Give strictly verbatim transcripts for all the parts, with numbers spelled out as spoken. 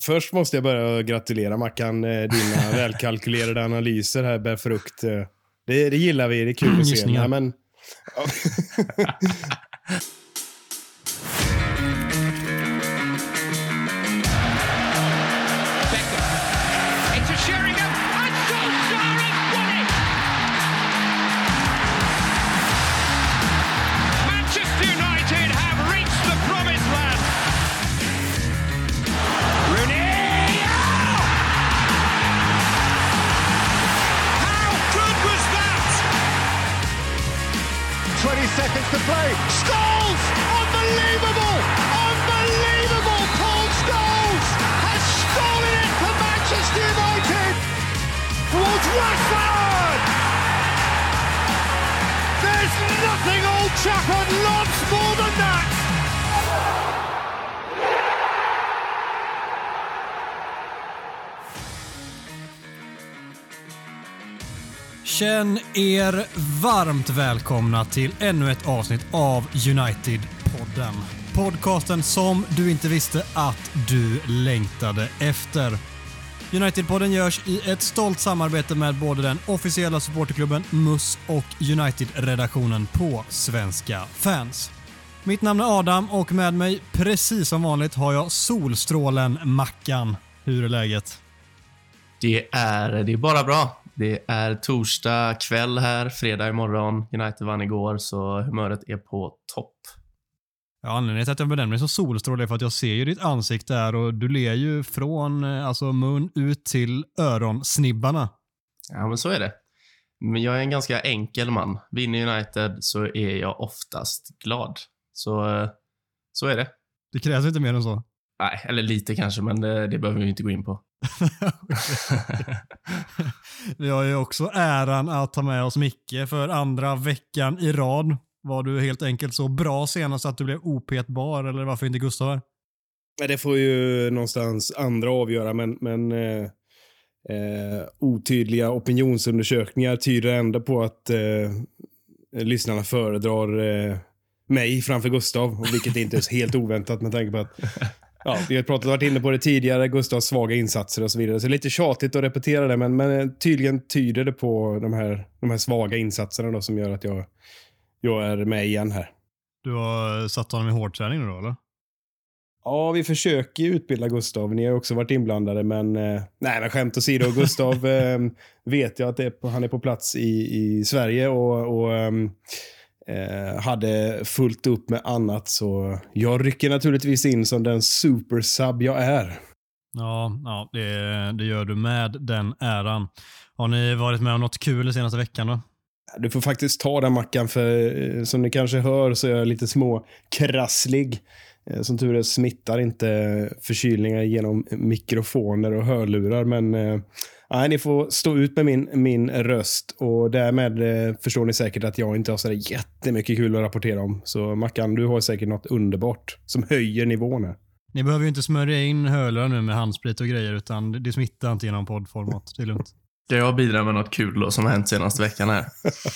Först måste jag börja gratulera Mackan. Dina välkalkylerade analyser här bär frukt. Det, det gillar vi, det är kul att se. Nej, men... Seconds to play. Scholes! Unbelievable! Unbelievable! Paul Scholes has stolen it for Manchester United! Towards Rashford! There's nothing Old Trafford loves more than that! Känn er varmt välkomna till ännu ett avsnitt av United-podden. Podcasten som du inte visste att du längtade efter. United-podden görs i ett stolt samarbete med både den officiella supporterklubben M U S och United-redaktionen på Svenska Fans. Mitt namn är Adam och med mig, precis som vanligt, har jag solstrålen Mackan. Hur är läget? Det är, det är bara bra. Det är torsdag kväll här, fredag imorgon. United vann igår, så humöret är på topp. Ja, anledningen till att jag benämner mig som solstråle är för att jag ser ju ditt ansikte där och du ler ju från alltså, mun ut till öronsnibbarna. Ja, men så är det. Men jag är en ganska enkel man. Vinner United så är jag oftast glad. Så, så är det. Det krävs inte mer än så. Nej, eller lite kanske, men det, det behöver vi inte gå in på. Vi har ju också äran att ta med oss Micke för andra veckan i rad. Var du helt enkelt så bra senast att du blev opetbar, eller varför inte Gustav? Det får ju någonstans andra avgöra, men, men eh, eh, otydliga opinionsundersökningar tyder ändå på att eh, lyssnarna föredrar eh, mig framför Gustav, vilket inte är helt oväntat med tanke på att ja, vi har pratat varit inne på det tidigare, Gustavs svaga insatser och så vidare. Så det är lite tjatigt att repetera det, men, men tydligen tyder det på de här, de här svaga insatserna då, som gör att jag, jag är med igen här. Du har satt honom i hårdträning nu då, eller? Ja, vi försöker ju utbilda Gustav. Ni har också varit inblandade, men eh, nej, men skämt åsido. Gustav eh, vet jag att det är på, han är på plats i, i Sverige och... och um, Eh, hade fullt upp med annat, så jag rycker naturligtvis in som den supersub jag är. Ja, ja det, det gör du med den äran. Har ni varit med om något kul den senaste veckan då? Du får faktiskt ta den, Mackan, för eh, som ni kanske hör så är jag lite små krasslig. Eh, som tur är smittar inte förkylningar genom mikrofoner och hörlurar, men eh, nej, ni får stå ut med min, min röst och därmed eh, förstår ni säkert att jag inte har så jättemycket kul att rapportera om. Så Mackan, du har säkert något underbart som höjer nivån här. Ni behöver ju inte smörja in hörlurar nu med handsprit och grejer, utan det smittar inte genom poddformat. Det är lugnt. Ska jag bidra med något kul då som har hänt senaste veckan här?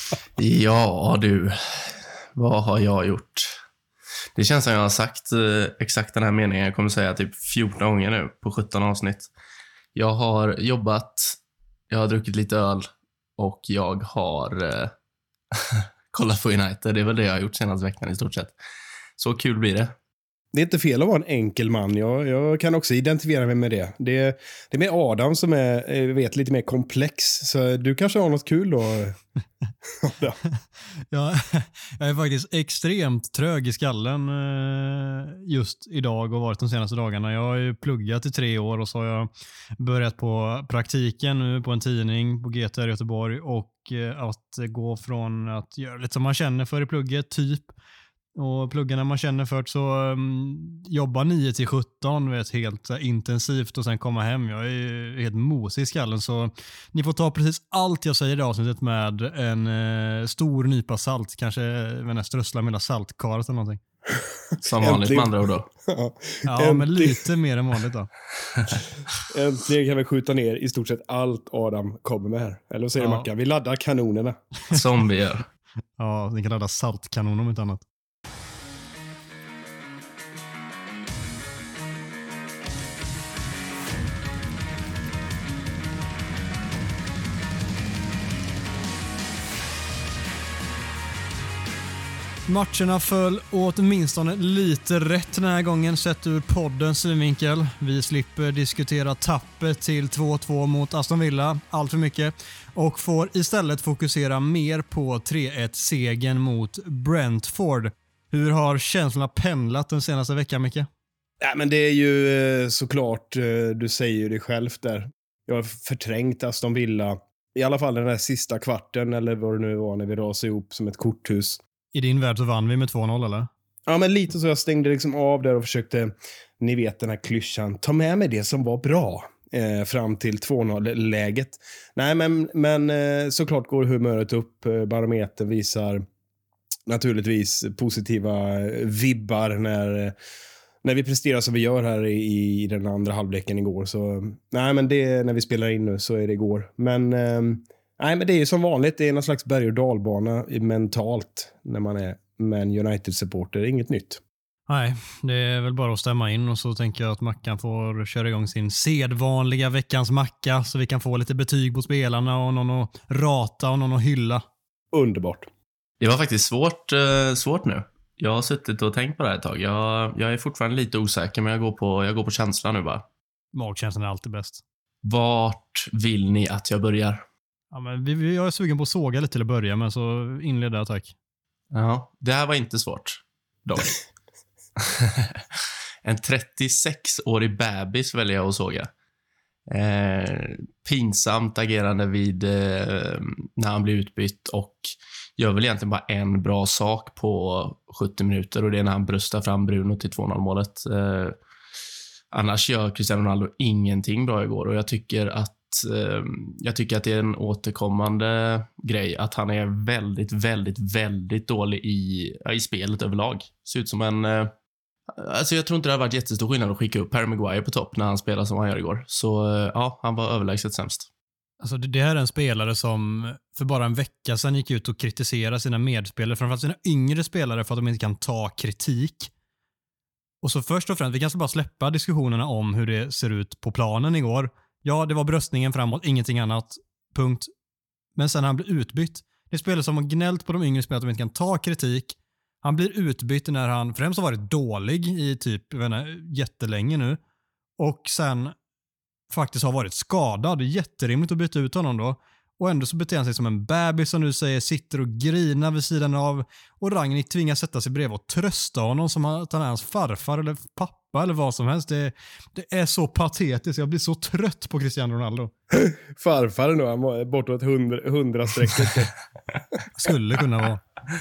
Ja du, vad har jag gjort? Det känns som jag har sagt eh, exakt den här meningen. Jag kommer säga typ fjorton gånger nu på sjutton avsnitt. Jag har jobbat, jag har druckit lite öl och jag har eh, kollat på United. Det är väl det jag har gjort senaste veckan i stort sett. Så kul blir det. Det är inte fel att vara en enkel man. Jag, jag kan också identifiera mig med det. Det, det är med Adam som är, vet, lite mer komplex. Så du kanske har något kul då? Ja. Ja, jag är faktiskt extremt trög i skallen just idag och varit de senaste dagarna. Jag har ju pluggat i tre år och så har jag börjat på praktiken nu på en tidning på G T R i Göteborg, och att gå från att göra lite som man känner för i plugget typ, och pluggarna man känner för, så um, jobba nio till sjutton vet, helt uh, intensivt och sen komma hem. Jag är helt mosig i skallen, så ni får ta precis allt jag säger i det avsnittet med en uh, stor nypa salt. Kanske med strössla med saltkaret eller någonting. Som vanligt med andra ord då. Ja, ja men lite mer än vanligt då. Äntligen kan vi skjuta ner i stort sett allt Adam kommer med här. Eller vad säger ja. Mackan? Vi laddar kanonerna. Som vi gör. Ja, ni kan ladda saltkanoner om inte annat. Matcherna föll åtminstone lite rätt den här gången sett ur poddens synvinkel. Vi slipper diskutera tappet till två två mot Aston Villa allt för mycket och får istället fokusera mer på tre ett-segern mot Brentford. Hur har känslorna pendlat den senaste veckan, Micke? Ja, men det är ju såklart, du säger ju det själv där. Jag har förträngt Aston Villa. I alla fall den där sista kvarten eller vad det nu var när vi rasade ihop som ett korthus. I din värld så vann vi med två noll, eller? Ja, men lite så. Jag stängde liksom av där och försökte, ni vet den här klyschan, ta med mig det som var bra eh, fram till två noll-läget. Nej, men, men eh, såklart går humöret upp. Barometern visar naturligtvis positiva vibbar när, när vi presterar som vi gör här i, i den andra halvleken igår. Så nej, men det när vi spelar in nu så är det igår. Men eh, nej, men det är ju som vanligt. Det är någon slags berg- och dalbana mentalt när man är Man United-supporter. Inget nytt. Nej, det är väl bara att stämma in och så tänker jag att Mackan får köra igång sin sedvanliga veckans macka så vi kan få lite betyg på spelarna och någon att rata och någon att hylla. Underbart. Det var faktiskt svårt, eh, svårt nu. Jag har suttit och tänkt på det här ett tag. Jag, jag är fortfarande lite osäker, men jag går på, jag går på känslan nu bara. Magkänslan är alltid bäst. Vart vill ni att jag börjar? Ja, men vi, vi, jag är sugen på att såga lite till att börja med, så inled där, tack. Ja, det här var inte svårt. Dock. En trettiosex-årig bebis väljer jag att såga. Eh, pinsamt agerande vid eh, när han blir utbytt och gör väl egentligen bara en bra sak på sjuttio minuter och det är när han bröstar fram Bruno till två noll-målet. Eh, annars gör Cristiano Ronaldo ingenting bra igår och jag tycker att eh, jag tycker att det är en återkommande grej att han är väldigt, väldigt, väldigt dålig i, i spelet överlag. Ser ut som en eh, alltså jag tror inte det har varit jättestor skillnad att skicka upp Harry Maguire på topp när han spelar som han gör igår. Så ja, han var överlägset sämst. Alltså det, det här är en spelare som för bara en vecka sedan gick ut och kritiserade sina medspelare, framförallt sina yngre spelare, för att de inte kan ta kritik. Och så först och främst, vi kan bara släppa diskussionerna om hur det ser ut på planen igår. Ja, det var bröstningen framåt, ingenting annat. Punkt. Men sen han blir utbytt. Det är spelare som har gnällt på de yngre spelarna att de inte kan ta kritik. Han blir utbytt när han främst har varit dålig i typ jag vet inte, jättelänge nu. Och sen faktiskt har varit skadad. Det är jätterimligt att byta ut honom då. Och ändå så beter han sig som en bebis som du säger, sitter och grinar vid sidan av. Och Ragnik tvingas sätta sig bredvid och trösta honom som att han är hans farfar eller pappa eller vad som helst. Det, det är så patetiskt. Jag blir så trött på Cristiano Ronaldo. Farfar nu, han var bortåt hundra, hundra strecket. Skulle kunna vara.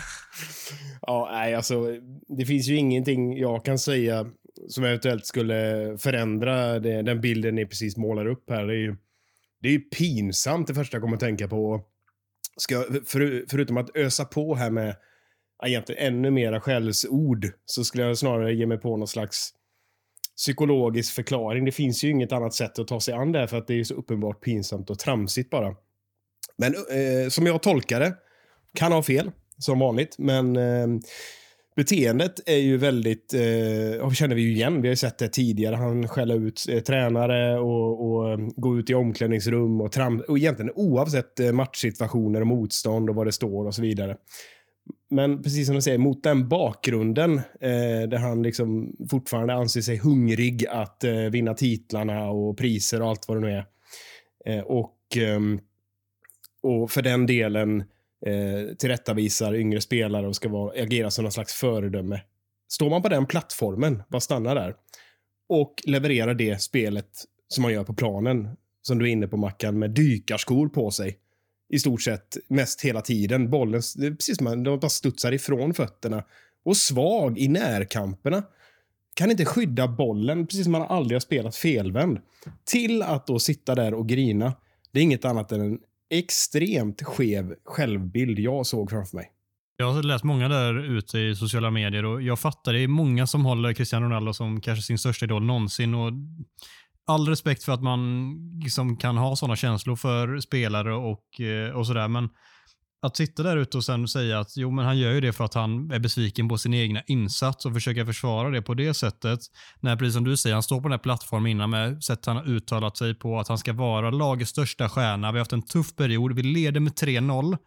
Ja, nej, alltså det finns ju ingenting jag kan säga som eventuellt skulle förändra det, den bilden ni precis målar upp här. Det är ju, det är ju pinsamt det första jag kommer att tänka på. Ska, för, förutom att ösa på här med egentligen ännu mera skällsord så skulle jag snarare ge mig på någon slags psykologisk förklaring. Det finns ju inget annat sätt att ta sig an det för att det är så uppenbart pinsamt och tramsigt bara. Men eh, som jag tolkar det, kan ha fel som vanligt, men eh, beteendet är ju väldigt, eh, känner vi ju igen, vi har ju sett det tidigare, han skäller ut eh, tränare och, och går ut i omklädningsrum och, tram, och egentligen oavsett eh, matchsituationer och motstånd och vad det står och så vidare. Men precis som du säger, mot den bakgrunden eh, där han liksom fortfarande anser sig hungrig att eh, vinna titlarna och priser och allt vad det nu är. Eh, och, eh, och för den delen eh, tillrättavisar yngre spelare och ska vara, agera som någon slags föredöme. Står man på den plattformen, bara stanna där och leverera det spelet som man gör på planen, som du är inne på Mackan, med dykarskor på sig. I stort sett mest hela tiden. Bollen, det är precis som man de bara studsar ifrån fötterna. Och svag i närkamperna. Kan inte skydda bollen, precis som man aldrig har spelat felvänd. Till att då sitta där och grina. Det är inget annat än en extremt skev självbild jag såg framför mig. Jag har läst många där ute i sociala medier och jag fattar det är många som håller Cristiano Ronaldo som kanske sin största idol någonsin och all respekt för att man liksom kan ha sådana känslor för spelare och, och sådär, men att sitta där ute och sen säga att jo men han gör ju det för att han är besviken på sin egna insats och försöka försvara det på det sättet, när precis som du säger, han står på den här plattformen innan med sätt han har uttalat sig på att han ska vara lagets största stjärna. Vi har haft en tuff period, vi leder med tre noll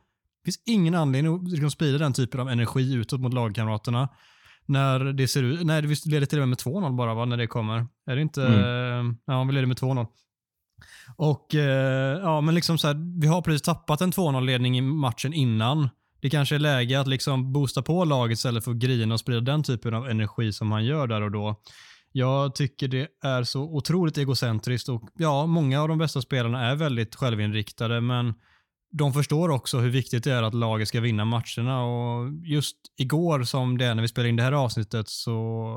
Det finns ingen anledning att liksom sprida den typen av energi utåt mot lagkamraterna när det ser ut, nej vi leder till och med med två noll bara va, när det kommer. Är det inte, mm. ja vi leder med två noll. Och eh, ja men liksom så här, vi har precis tappat en två noll-ledning i matchen innan. Det kanske är läge att liksom boosta på laget istället för att grina och sprida den typen av energi som han gör där och då. Jag tycker det är så otroligt egocentriskt och ja, många av de bästa spelarna är väldigt självinriktade men de förstår också hur viktigt det är att laget ska vinna matcherna och just igår som det är när vi spelade in det här avsnittet så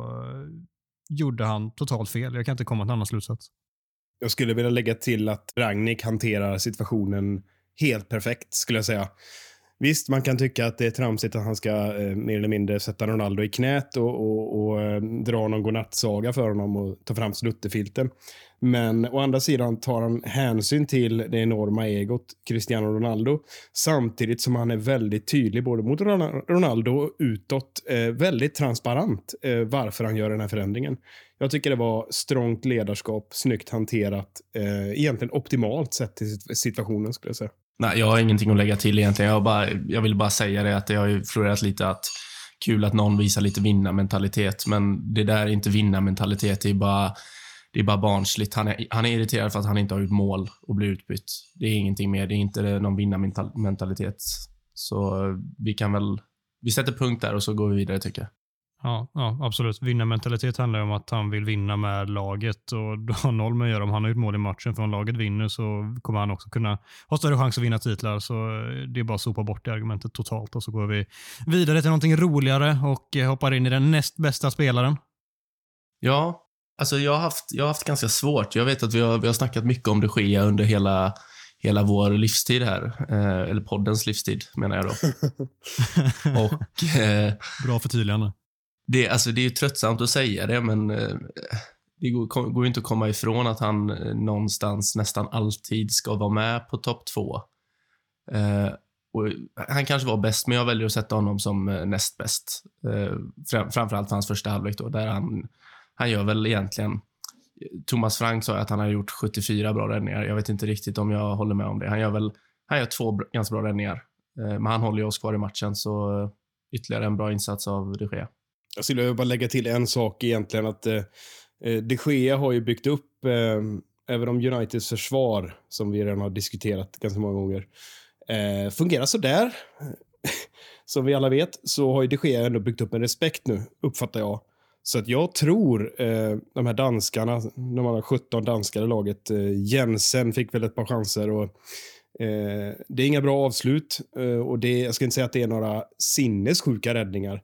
gjorde han totalt fel. Jag kan inte komma till en annan slutsats. Jag skulle vilja lägga till att Rangnick hanterar situationen helt perfekt skulle jag säga. Visst, man kan tycka att det är tramsigt att han ska eh, mer eller mindre sätta Ronaldo i knät och, och, och eh, dra någon godnattsaga för honom och ta fram sluttefilten. Men å andra sidan tar han hänsyn till det enorma egot Cristiano Ronaldo samtidigt som han är väldigt tydlig både mot Ronaldo och utåt eh, väldigt transparent eh, varför han gör den här förändringen. Jag tycker det var strångt ledarskap, snyggt hanterat, eh, egentligen optimalt sett till situationen skulle jag säga. Nej, jag har ingenting att lägga till egentligen. Jag, bara, jag vill bara säga det att det har ju florerat lite att kul att någon visar lite vinnarmentalitet, men det där är inte vinnarmentalitet, det är bara, det är bara barnsligt. Han är, han är irriterad för att han inte har gjort mål och blir utbytt. Det är ingenting mer, det är inte någon vinnarmentalitet. Så vi kan väl, vi sätter punkt där och så går vi vidare tycker jag. Ja, ja, absolut. Vinnarmentalitet handlar om att han vill vinna med laget och då har noll med att göra. Om han har gjort mål i matchen för om laget vinner så kommer han också kunna ha större chans att vinna titlar. Så det är bara att sopa bort det argumentet totalt och så går vi vidare till någonting roligare och hoppar in i den näst bästa spelaren. Ja, alltså jag har haft, jag har haft ganska svårt. Jag vet att vi har, vi har snackat mycket om De Gea under hela, hela vår livstid här. Eh, eller poddens livstid menar jag då. och, eh, Bra förtydligande. Det, alltså det är ju tröttsamt att säga det, men eh, det går, kom, går ju inte att komma ifrån att han eh, någonstans nästan alltid ska vara med på topp två. Eh, och han kanske var bäst, men jag väljer att sätta honom som eh, näst bäst. Eh, fram, framförallt för hans första halvlek då, där han, han gör väl egentligen... Thomas Frank sa att han har gjort sjuttiofyra bra räddningar. Jag vet inte riktigt om jag håller med om det. Han gör väl han gör två br- ganska bra räddningar. Eh, men han håller ju oss kvar i matchen, så eh, ytterligare en bra insats av De Gea. Jag skulle bara lägga till en sak egentligen att eh, De Gea har ju byggt upp eh, även om Uniteds försvar som vi redan har diskuterat ganska många gånger eh, fungerar så där. Som vi alla vet så har ju De Gea ändå byggt upp en respekt nu, uppfattar jag. Så att jag tror eh, de här danskarna, de har sjutton danskar i laget, eh, Jensen fick väl ett par chanser och eh, det är inga bra avslut eh, och det, jag ska inte säga att det är några sinnessjuka räddningar.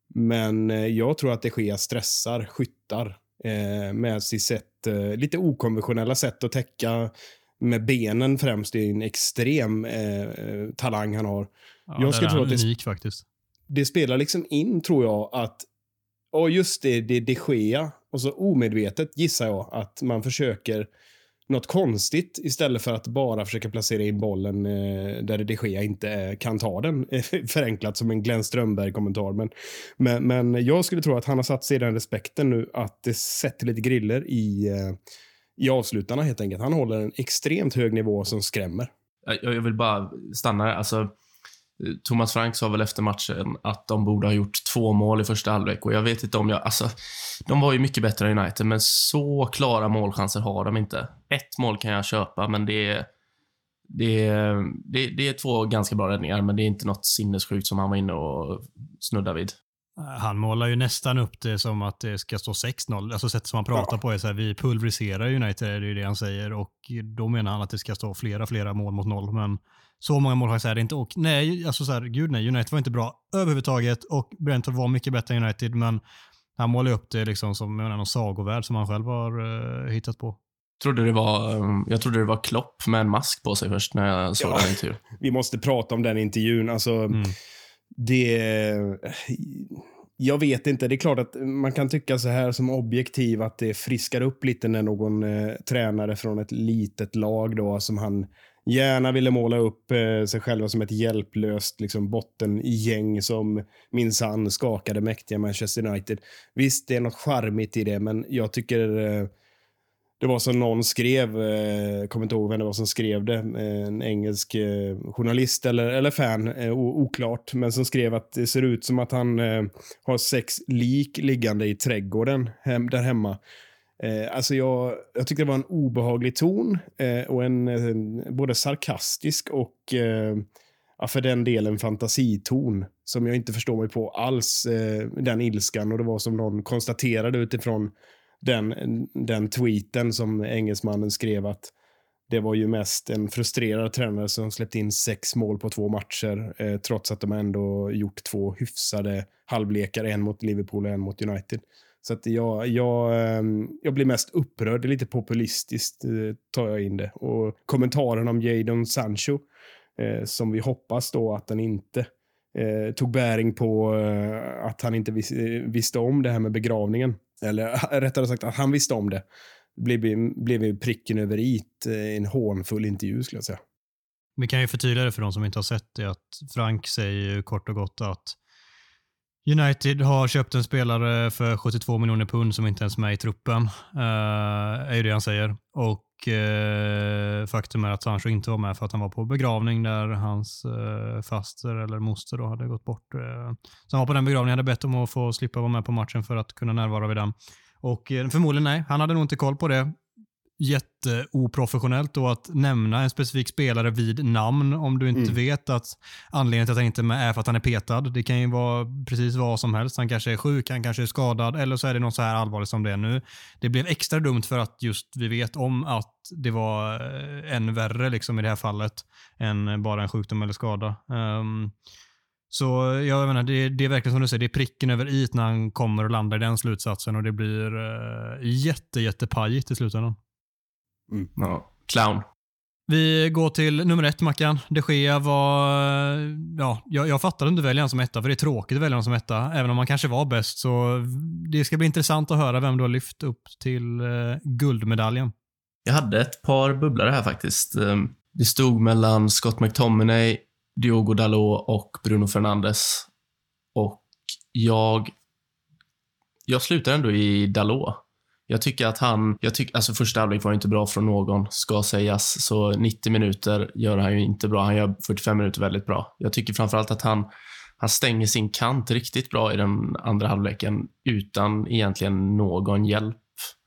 Men jag tror att det sker stressar, skyttar eh, med sitt sätt, eh, lite okonventionella sätt att täcka med benen främst. Det är en extrem eh, talang han har. Ja, jag skulle tro att det, unik, faktiskt. Det spelar liksom in, tror jag, att och just det, det, det sker och så omedvetet gissar jag att man försöker något konstigt istället för att bara försöka placera in bollen eh, där det sker inte eh, kan ta den. Förenklat som en Glenn Strömberg-kommentar. Men, men, men jag skulle tro att han har satt sig i den respekten nu att det sätter lite griller i, eh, i avslutarna helt enkelt. Han håller en extremt hög nivå som skrämmer. Jag, jag vill bara stanna där. Alltså, Thomas Frank sa väl efter matchen att de borde ha gjort två mål i första halvlek och jag vet inte om jag, alltså de var ju mycket bättre än United, men så klara målchanser har de inte. Ett mål kan jag köpa, men det är det är, det, det är två ganska bra räddningar, men det är inte något sinnessjukt som han var inne och snudda vid. Han målar ju nästan upp det som att det ska stå sex noll. Alltså sättet som han pratar ja. på är så här, vi pulveriserar United, det är ju det han säger. Och då menar han att det ska stå flera, flera mål mot noll. Men så många målchanser är det inte. Och nej, alltså så här, gud nej, United var inte bra överhuvudtaget. Och Brentford var mycket bättre än United, men han målar upp det liksom som en sagovärld som han själv har uh, hittat på. Trodde det var, jag trodde det var Klopp med en mask på sig först när jag såg ja, den intervjun. Vi måste prata om den intervjun. Alltså, mm. det... Jag vet inte. Det är klart att man kan tycka så här som objektiv att det friskar upp lite när någon eh, tränare från ett litet lag då som han gärna ville måla upp eh, sig själva som ett hjälplöst liksom, bottengäng som minsann skakade mäktiga Manchester United. Visst, det är något charmigt i det, men jag tycker... Eh, det var som någon skrev, eh, kommer inte ihåg vem det var som skrev det, en engelsk eh, journalist eller, eller fan, eh, oklart, men som skrev att det ser ut som att han eh, har sex lik liggande i trädgården hem, där hemma. Eh, alltså jag, jag tycker det var en obehaglig ton eh, och en, en både sarkastisk och eh, ja, för den delen fantasiton som jag inte förstår mig på alls, eh, den ilskan, och det var som någon konstaterade utifrån den, den tweeten som engelsmannen skrev att det var ju mest en frustrerad tränare som släppt in sex mål på två matcher eh, trots att de ändå gjort två hyfsade halvlekar, en mot Liverpool och en mot United. Så att jag, jag, jag blir mest upprörd, det är lite populistiskt tar jag in det. Och kommentaren om Jadon Sancho eh, som vi hoppas då att den inte eh, tog bäring på eh, att han inte vis, visste om det här med begravningen. Eller rättare sagt att han visste om det. Blev, blev pricken över it eh, en hånfull intervju skulle jag säga. Vi kan ju förtydliga det för de som inte har sett det att Frank säger ju kort och gott att United har köpt en spelare för sjuttiotvå miljoner pund som inte ens är med i truppen. Uh, är ju det han säger. Och uh, faktum är att Sancho inte var med för att han var på begravning där hans uh, faster eller moster då hade gått bort. Uh, så han var på den begravningen, hade bett om att få slippa vara med på matchen för att kunna närvara vid den. Och uh, förmodligen nej, han hade nog inte koll på det. Jätteoprofessionellt då att nämna en specifik spelare vid namn om du inte mm. vet att anledningen till att han inte är med är för att han är petad. Det kan ju vara precis vad som helst. Han kanske är sjuk, han kanske är skadad eller så är det något så här allvarligt som det är nu. Det blev extra dumt för att just vi vet om att det var än värre liksom i det här fallet än bara en sjukdom eller skada. Um, så jag menar, det, det är verkligen som du säger, det är pricken över i när han kommer och landar i den slutsatsen och det blir uh, jätte, jättepajigt i slutändan. Mm. Ja, clown. Vi går till nummer ett, Mackan. De Gea var... Ja, jag, jag fattade inte välja han som etta, för det är tråkigt att välja han som etta. Även om man kanske var bäst, så det ska bli intressant att höra vem du har lyft upp till eh, guldmedaljen. Jag hade ett par bubblare här faktiskt. Det stod mellan Scott McTominay, Diogo Dalot och Bruno Fernandes. Och jag... Jag slutar ändå i Dalot. Jag tycker att han, jag tycker, alltså första halvlek var inte bra från någon, ska sägas. Så nittio minuter gör han ju inte bra. Han gör fyrtiofem minuter väldigt bra. Jag tycker framförallt att han, han stänger sin kant riktigt bra i den andra halvleken utan egentligen någon hjälp.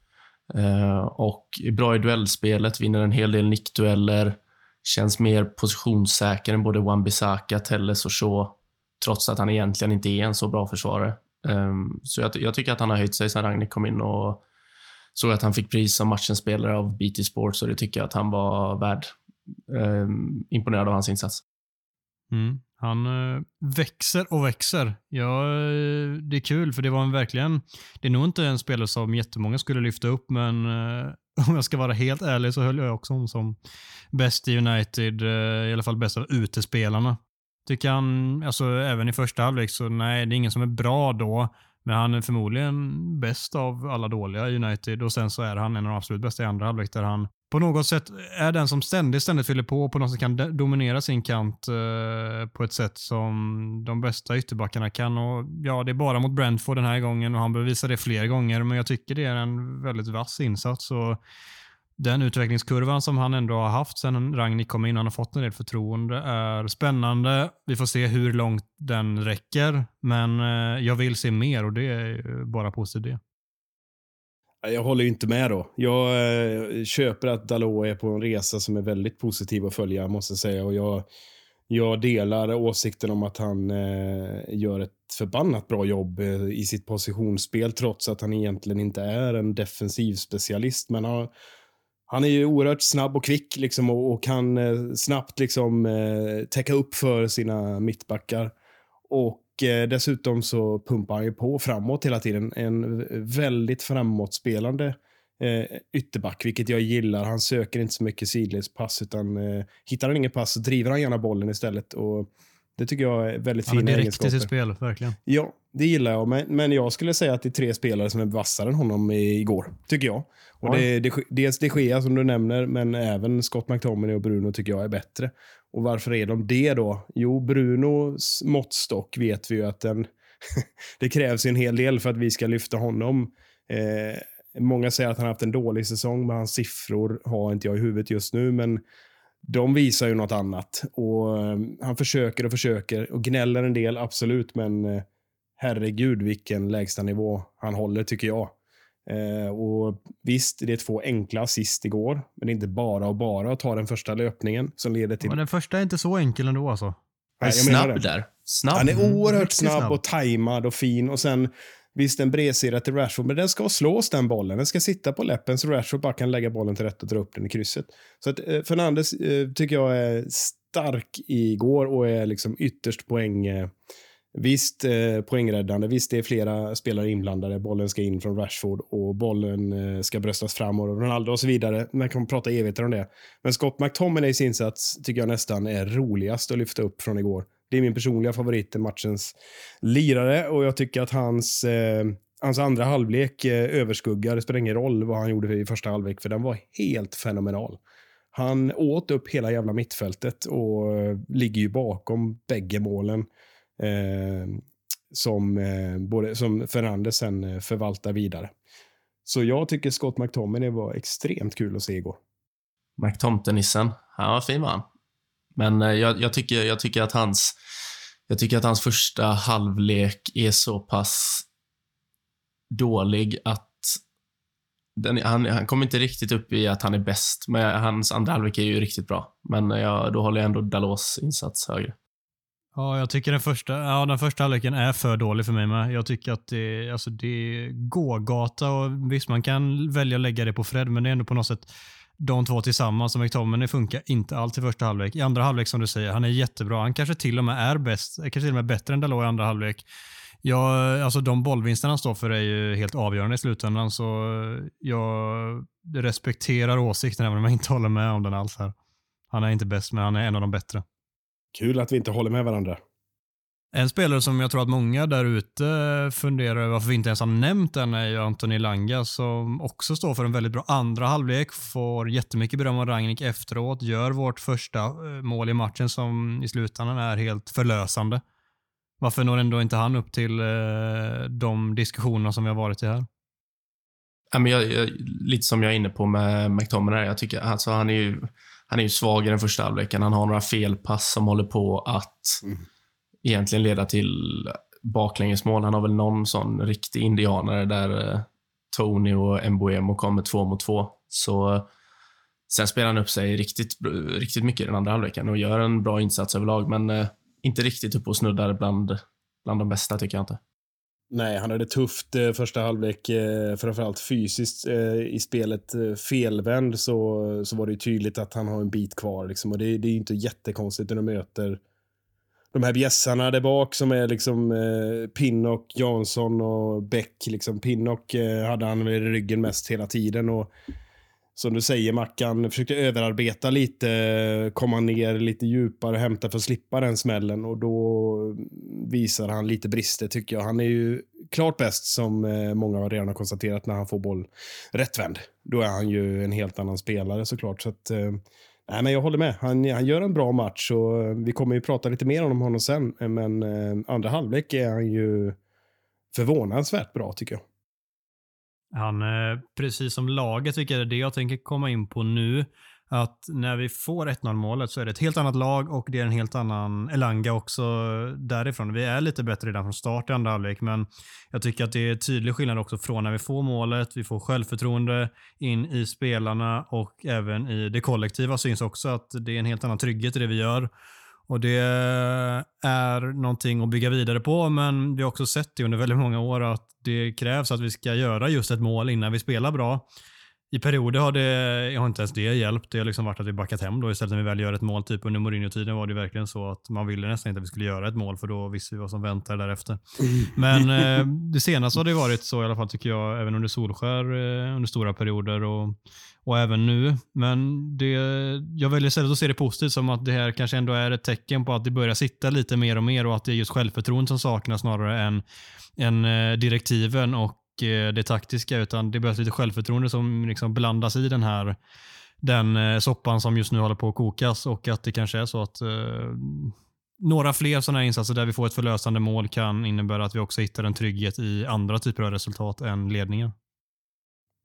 Uh, och är bra i duellspelet, vinner en hel del nickdueller. Känns mer positionssäker än både Wan-Bissaka, Telles och Shaw. Trots att han egentligen inte är en så bra försvarare. Um, så jag, jag tycker att han har höjt sig sedan Ragnik kom in och så att han fick pris som matchens spelare av B T Sports, och det tycker jag att han var värd. Eh, imponerad av hans insats. Mm. Han eh, växer och växer. Ja, det är kul för det var en verkligen, det är nog inte en spelare som jättemånga skulle lyfta upp, men eh, om jag ska vara helt ärlig så höll jag också om som bäst i United, eh, i alla fall bäst av utespelarna. Tycker han, alltså även i första halvlek så nej, det är ingen som är bra då. Men han är förmodligen bäst av alla dåliga i United, och sen så är han en av de absolut bästa i andra halvlek där han på något sätt är den som ständigt ständigt fyller på och på något sätt kan de- dominera sin kant eh, på ett sätt som de bästa ytterbackarna kan. Och ja, det är bara mot Brentford den här gången och han bevisar det fler gånger, men jag tycker det är en väldigt vass insats. Och den utvecklingskurvan som han ändå har haft sen Ragnik kom in, han har fått en del förtroende, är spännande. Vi får se hur långt den räcker, men eh, jag vill se mer och det är bara positivt. Jag håller ju inte med då. Jag eh, köper att Dalot är på en resa som är väldigt positiv att följa, måste jag säga. Och jag, jag delar åsikten om att han eh, gör ett förbannat bra jobb eh, i sitt positionsspel, trots att han egentligen inte är en defensiv specialist. Men han, han är ju oerhört snabb och kvick liksom, och, och kan eh, snabbt liksom, eh, täcka upp för sina mittbackar. Och dessutom så pumpar han ju på framåt hela tiden. En väldigt framåtspelande eh, ytterback, vilket jag gillar. Han söker inte så mycket sidledspass, utan eh, hittar han ingen pass så driver han gärna bollen istället. Och det tycker jag är väldigt fina egenskaper. Han är direkt i sitt spel, verkligen. Ja, det gillar jag. Men, men jag skulle säga att det är tre spelare som är vassare än honom i, igår, tycker jag. Och det, det, dels De Gea som du nämner, men även Scott McTominay och Bruno tycker jag är bättre. Och varför är de det då? Jo, Brunos måttstock vet vi ju att den det krävs en hel del för att vi ska lyfta honom. Eh, många säger att han har haft en dålig säsong, men hans siffror har inte jag i huvudet just nu, men de visar ju något annat. Och eh, han försöker och försöker och gnäller en del, absolut, men eh, herregud vilken lägsta nivå han håller, tycker jag. Eh, och visst, det är två enkla assist igår, men det är inte bara och bara att ta den första löpningen som leder till... Men den första är inte så enkel ändå alltså. Han är snabb där. Snabb. Han är oerhört snabb, snabb och tajmad och fin. Och sen, visst, en bredsida till Rashford, men den ska slås, den bollen. Den ska sitta på läppen så Rashford bara kan lägga bollen till rätt och dra upp den i krysset. Så att eh, Fernandes eh, tycker jag är stark igår och är liksom ytterst poäng... Eh, visst, eh, poängräddande. Visst, det är flera spelare inblandade. Bollen ska in från Rashford och bollen eh, ska bröstas fram och Ronaldo och så vidare. Man kan prata evigheter om det. Men Scott McTominays insats tycker jag nästan är roligast att lyfta upp från igår. Det är min personliga favorit, matchens lirare, och jag tycker att hans, eh, hans andra halvlek eh, överskuggar, det spelar ingen roll vad han gjorde i första halvlek, för den var helt fenomenal. Han åt upp hela jävla mittfältet och eh, ligger ju bakom bägge målen eh, som, eh, både, som Fernandes sen eh, förvaltar vidare. Så jag tycker Scott McTominay var extremt kul att se igår. McTomtenissen, han var fin, var han. Men jag, jag, tycker, jag, tycker att hans, jag tycker att hans första halvlek är så pass dålig att den, han, han kommer inte riktigt upp i att han är bäst. Men hans andra halvlek är ju riktigt bra. Men jag, då håller jag ändå Dalos insats högre. Ja, jag tycker den första, ja, den första halvleken är för dålig för mig med. Jag tycker att det, alltså det är gågata, och visst, man kan välja att lägga det på Fred, men det är ändå på något sätt de två tillsammans som McTominay funkar inte allt i första halvlek. I andra halvlek, som du säger, han är jättebra. Han kanske till och med är bäst, kanske till och med bättre än Dalot i andra halvlek. Ja, alltså de bollvinsterna han står för är ju helt avgörande i slutändan, så jag respekterar åsikten även om jag inte håller med om den alls här. Han är inte bäst, men han är en av de bättre. Kul att vi inte håller med varandra. En spelare som jag tror att många där ute funderar över varför vi inte ens har nämnt den är ju Anthony Elanga, som också står för en väldigt bra andra halvlek, får jättemycket beröm av Rangnick efteråt, gör vårt första mål i matchen som i slutändan är helt förlösande. Varför når ändå inte han upp till de diskussionerna som vi har varit i här? Ja, men jag, jag, lite som jag är inne på med McTominay, jag tycker alltså, han är ju han är ju svag i den första halvleken. Han har några felpass som håller på att mm. egentligen leda till baklängesmål. Han har väl någon sån riktig indianare där eh, Tony och Mbuemo kommer två mot två. Så eh, sen spelar han upp sig riktigt, riktigt mycket i den andra halvleken och gör en bra insats överlag, men eh, inte riktigt upp och snuddar bland, bland de bästa, tycker jag inte. Nej, han hade tufft eh, första halvlek, eh, framförallt fysiskt eh, i spelet eh, felvänd, så, så var det ju tydligt att han har en bit kvar liksom, och det, det är ju inte jättekonstigt när de möter de här bjässarna där bak som är liksom eh, Pinnock, Jansson och Beck liksom. Pinnock eh, hade han i ryggen mest hela tiden, och som du säger, Mackan försökte överarbeta lite, komma ner lite djupare, hämta för att slippa den smällen, och då visar han lite brister, tycker jag. Han är ju klart bäst, som många redan har konstaterat, när han får boll rättvänd. Då är han ju en helt annan spelare såklart. Så att, nej, men jag håller med. Han, han gör en bra match, och vi kommer ju prata lite mer om honom sen, men andra halvlek är han ju förvånansvärt bra, tycker jag. Han, precis som laget, tycker jag, det jag tänker komma in på nu, att när vi får ett noll målet så är det ett helt annat lag, och det är en helt annan Elanga också därifrån. Vi är lite bättre redan från start i andra halvlek, men jag tycker att det är tydlig skillnad också från när vi får målet. Vi får självförtroende in i spelarna, och även i det kollektiva syns också att det är en helt annan trygghet i det vi gör. Och det är någonting att bygga vidare på, men vi har också sett det under väldigt många år att det krävs att vi ska göra just ett mål innan vi spelar bra. I perioder har det, jag har inte ens det hjälpt. Det har liksom varit att vi backat hem då istället när vi väl gör ett mål. Typ under Mourinho-tiden var det verkligen så att man ville nästan inte att vi skulle göra ett mål, för då visste vi vad som väntar därefter. Men eh, det senaste har det varit så i alla fall, tycker jag, även under Solskär eh, under stora perioder och, och även nu. Men det, jag väljer istället att se det positivt som att det här kanske ändå är ett tecken på att det börjar sitta lite mer och mer, och att det är just självförtroende som saknas snarare än, än eh, direktiven och det taktiska, utan det behövs lite självförtroende som liksom blandas i den här den eh, soppan som just nu håller på att kokas, och att det kanske är så att eh, några fler sådana här insatser där vi får ett förlösande mål kan innebära att vi också hittar en trygghet i andra typer av resultat än ledningen.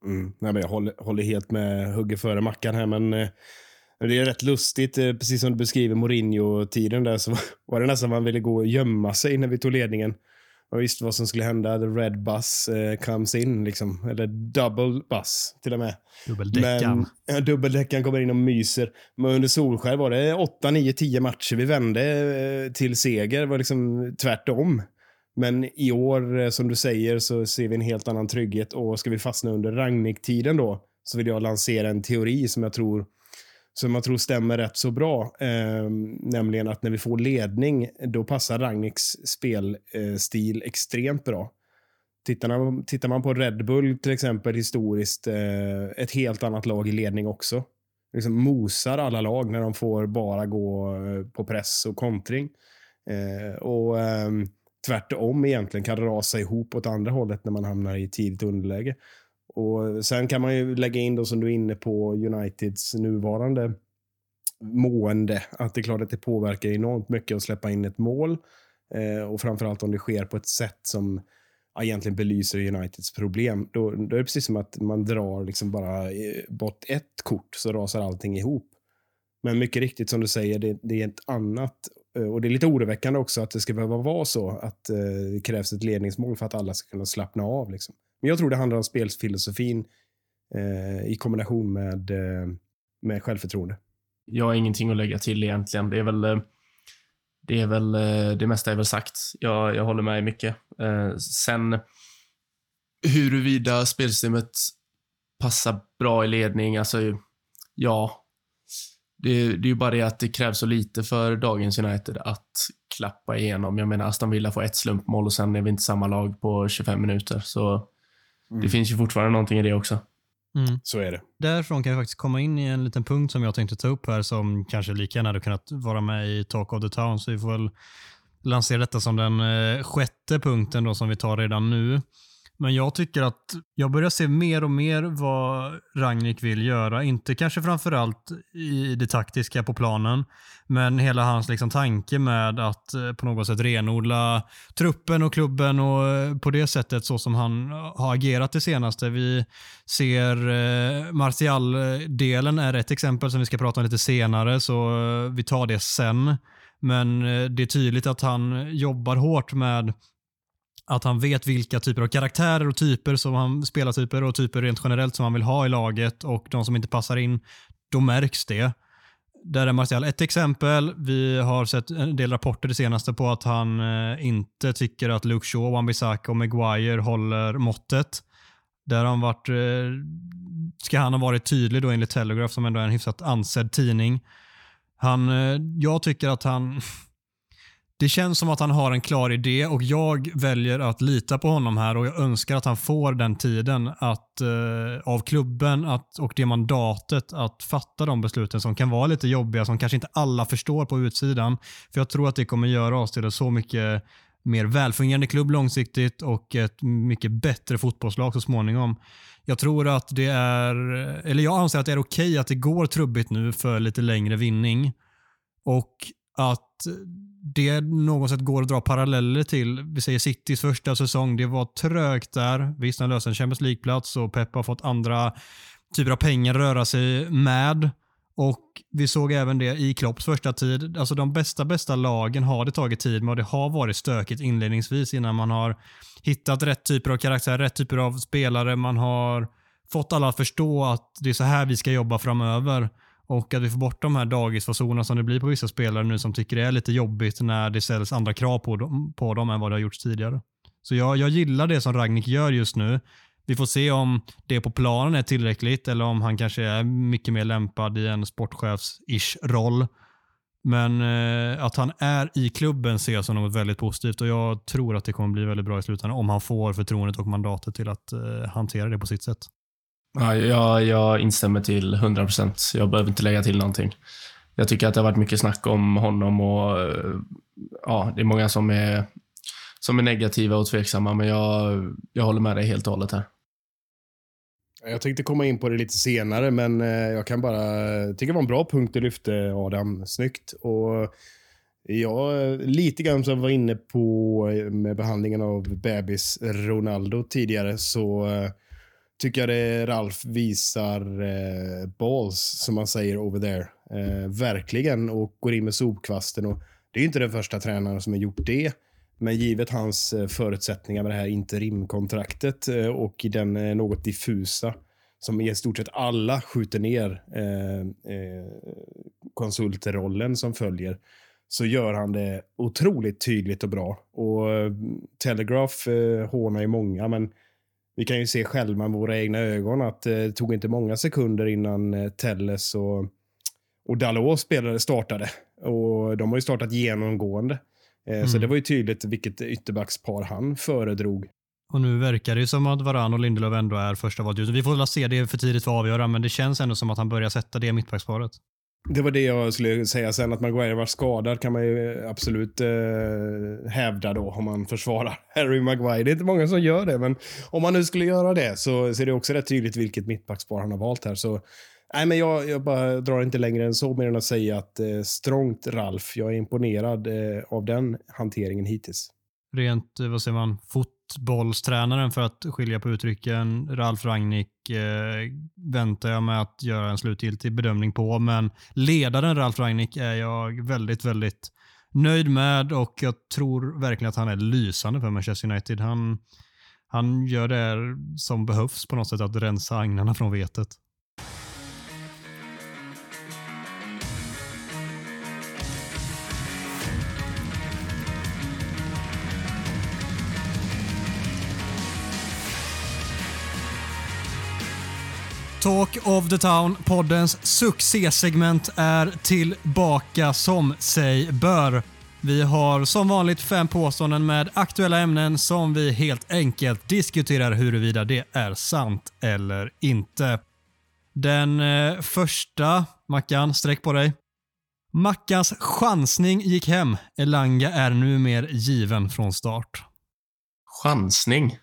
Mm. Nej, men jag håller, håller helt med hugger före mackan här, men eh, det är rätt lustigt. Eh, precis som du beskriver Mourinho-tiden där, så var det nästan man ville gå och gömma sig när vi tog ledningen. Och visste vad som skulle hända. The red bus eh, comes in, liksom. Eller double bus till och med. Dubbeldäckan. Men, ja, dubbeldäckan kommer in och myser. Men under Solskär var det åtta, nio, tio matcher vi vände eh, till seger. Det var liksom tvärtom. Men i år, eh, som du säger, så ser vi en helt annan trygghet. Och ska vi fastna under Rangnick-tiden då, så vill jag lansera en teori som jag tror som jag tror stämmer rätt så bra. Eh, nämligen att när vi får ledning, då passar Rangnicks spelstil eh, extremt bra. Tittar man, tittar man på Red Bull till exempel historiskt, eh, ett helt annat lag i ledning också. Liksom mosar alla lag när de får bara gå eh, på press och kontring. Eh, och eh, tvärtom egentligen kan rasa ihop åt andra hållet när man hamnar i tidigt underläge. Och sen kan man ju lägga in då, som du är inne på, Uniteds nuvarande mående. Att det är klart att det påverkar enormt mycket att släppa in ett mål. Eh, och framförallt om det sker på ett sätt som egentligen belyser Uniteds problem. Då, då är det precis som att man drar liksom bara bort ett kort, så rasar allting ihop. Men mycket riktigt som du säger, det, det är ett annat. Och det är lite oroväckande också att det ska behöva vara så att eh, det krävs ett ledningsmål för att alla ska kunna slappna av. Liksom. Men jag tror det handlar om spelfilosofin eh, i kombination med, eh, med självförtroende. Jag har ingenting att lägga till egentligen. Det är väl det, är väl, det mesta är väl sagt. Jag, jag håller med mycket. Eh, sen huruvida spelsystemet passar bra i ledning, alltså ja, det, det är ju bara det att det krävs så lite för dagens United att klappa igenom. Jag menar, Aston Villa får ett slumpmål och sen är vi inte samma lag på tjugofem minuter. Så mm. det finns ju fortfarande någonting i det också. Mm. Så är det. Därifrån kan jag faktiskt komma in i en liten punkt som jag tänkte ta upp här, som kanske lika gärna hade kunnat vara med i Talk of the Town. Så vi får väl lansera detta som den eh, sjätte punkten då, som vi tar redan nu. Men jag tycker att jag börjar se mer och mer vad Rangnick vill göra. Inte kanske framförallt i det taktiska på planen, men hela hans liksom tanke med att eh, på något sätt renodla truppen och klubben, och eh, på det sättet så som han har agerat det senaste. Vi ser eh, Martial-delen är ett exempel som vi ska prata om lite senare, så eh, vi tar det sen. Men eh, det är tydligt att han jobbar hårt med att han vet vilka typer av karaktärer och typer som han spelartyper och typer rent generellt som han vill ha i laget, och de som inte passar in, då märks det. Där är Martial ett exempel. Vi har sett en del rapporter det senaste på att han eh, inte tycker att Luke Shaw, Wan-Bissaka och Maguire håller måttet. Där har han varit, eh, ska han ha varit tydlig då enligt Telegraph, som ändå är en hyfsat ansedd tidning. Han, eh, jag tycker att han det känns som att han har en klar idé, och jag väljer att lita på honom här, och jag önskar att han får den tiden att, eh, av klubben att, och det mandatet att fatta de besluten som kan vara lite jobbiga, som kanske inte alla förstår på utsidan. För jag tror att det kommer göra oss till ett så mycket mer välfungerande klubb långsiktigt och ett mycket bättre fotbollslag så småningom. Jag tror att det är, eller jag anser att det är okej att det går trubbigt nu för lite längre vinning, och att det något sätt går att dra paralleller till, vi säger Citys första säsong. Det var trögt där. Visst, han löste en Champions League-plats och Pep har fått andra typer av pengar röra sig med. Och vi såg även det i Klopps första tid. Alltså de bästa, bästa lagen har det tagit tid med, och det har varit stökigt inledningsvis innan man har hittat rätt typer av karaktär, rätt typer av spelare. Man har fått alla att förstå att det är så här vi ska jobba framöver. Och att vi får bort de här dagisfasonerna som det blir på vissa spelare nu, som tycker det är lite jobbigt när det ställs andra krav på dem, på dem än vad det har gjorts tidigare. Så jag, jag gillar det som Rangnick gör just nu. Vi får se om det på planen är tillräckligt, eller om han kanske är mycket mer lämpad i en sportchefs-ish roll. Men eh, att han är i klubben ser jag som något väldigt positivt, och jag tror att det kommer bli väldigt bra i slutändan om han får förtroendet och mandatet till att eh, hantera det på sitt sätt. Ja, jag, jag instämmer till hundra procent. Jag behöver inte lägga till någonting. Jag tycker att det har varit mycket snack om honom, och ja, det är många som är, som är negativa och tveksamma, men jag, jag håller med dig helt och hållet här. Jag tänkte komma in på det lite senare, men jag kan bara tycka det var en bra punkt du lyfte, Adam. Snyggt. Och jag lite grann som var inne på med behandlingen av bebis Ronaldo tidigare, så tycker jag det Ralf visar eh, balls, som man säger over there. Eh, verkligen, och går in med sopkvasten. Och det är ju inte den första tränaren som har gjort det. Men givet hans eh, förutsättningar med det här interimkontraktet eh, och den eh, något diffusa som i stort sett alla skjuter ner eh, eh, konsultrollen som följer, så gör han det otroligt tydligt och bra. Och eh, Telegraph eh, hånar ju många, men vi kan ju se själva med våra egna ögon att det eh, tog inte många sekunder innan eh, Telles och, och Dalot spelare startade. Och de har ju startat genomgående. Eh, mm. Så det var ju tydligt vilket ytterbackspar han föredrog. Och nu verkar det ju som att Varane och Lindelöf ändå är första valet ut. Vi får väl se, det för tidigt för att avgöra, men det känns ändå som att han börjar sätta det mittbacksparet. Det var det jag skulle säga sen, att Maguire var skadad kan man ju absolut eh, hävda då om man försvarar Harry Maguire. Det är inte många som gör det, men om man nu skulle göra det så ser det också rätt tydligt vilket mittbackspar han har valt här. Så nej, men jag, jag bara drar inte längre än så, mer än att säga att eh, strångt Ralf. Jag är imponerad eh, av den hanteringen hittills. Rent, vad säger man, fotbollstränaren, för att skilja på uttrycken, Ralf Rangnick eh, väntar jag med att göra en slutgiltig bedömning på, men ledaren Ralf Rangnick är jag väldigt, väldigt nöjd med, och jag tror verkligen att han är lysande för Manchester United. Han, han gör det som behövs på något sätt, att rensa agnarna från vetet. Talk of the Town, poddens succésegment, är tillbaka som sig bör. Vi har som vanligt fem påståenden med aktuella ämnen som vi helt enkelt diskuterar huruvida det är sant eller inte. Den eh, första, Mackan, sträck på dig. Mackans chansning gick hem. Elanga är numera given från start. Chansning?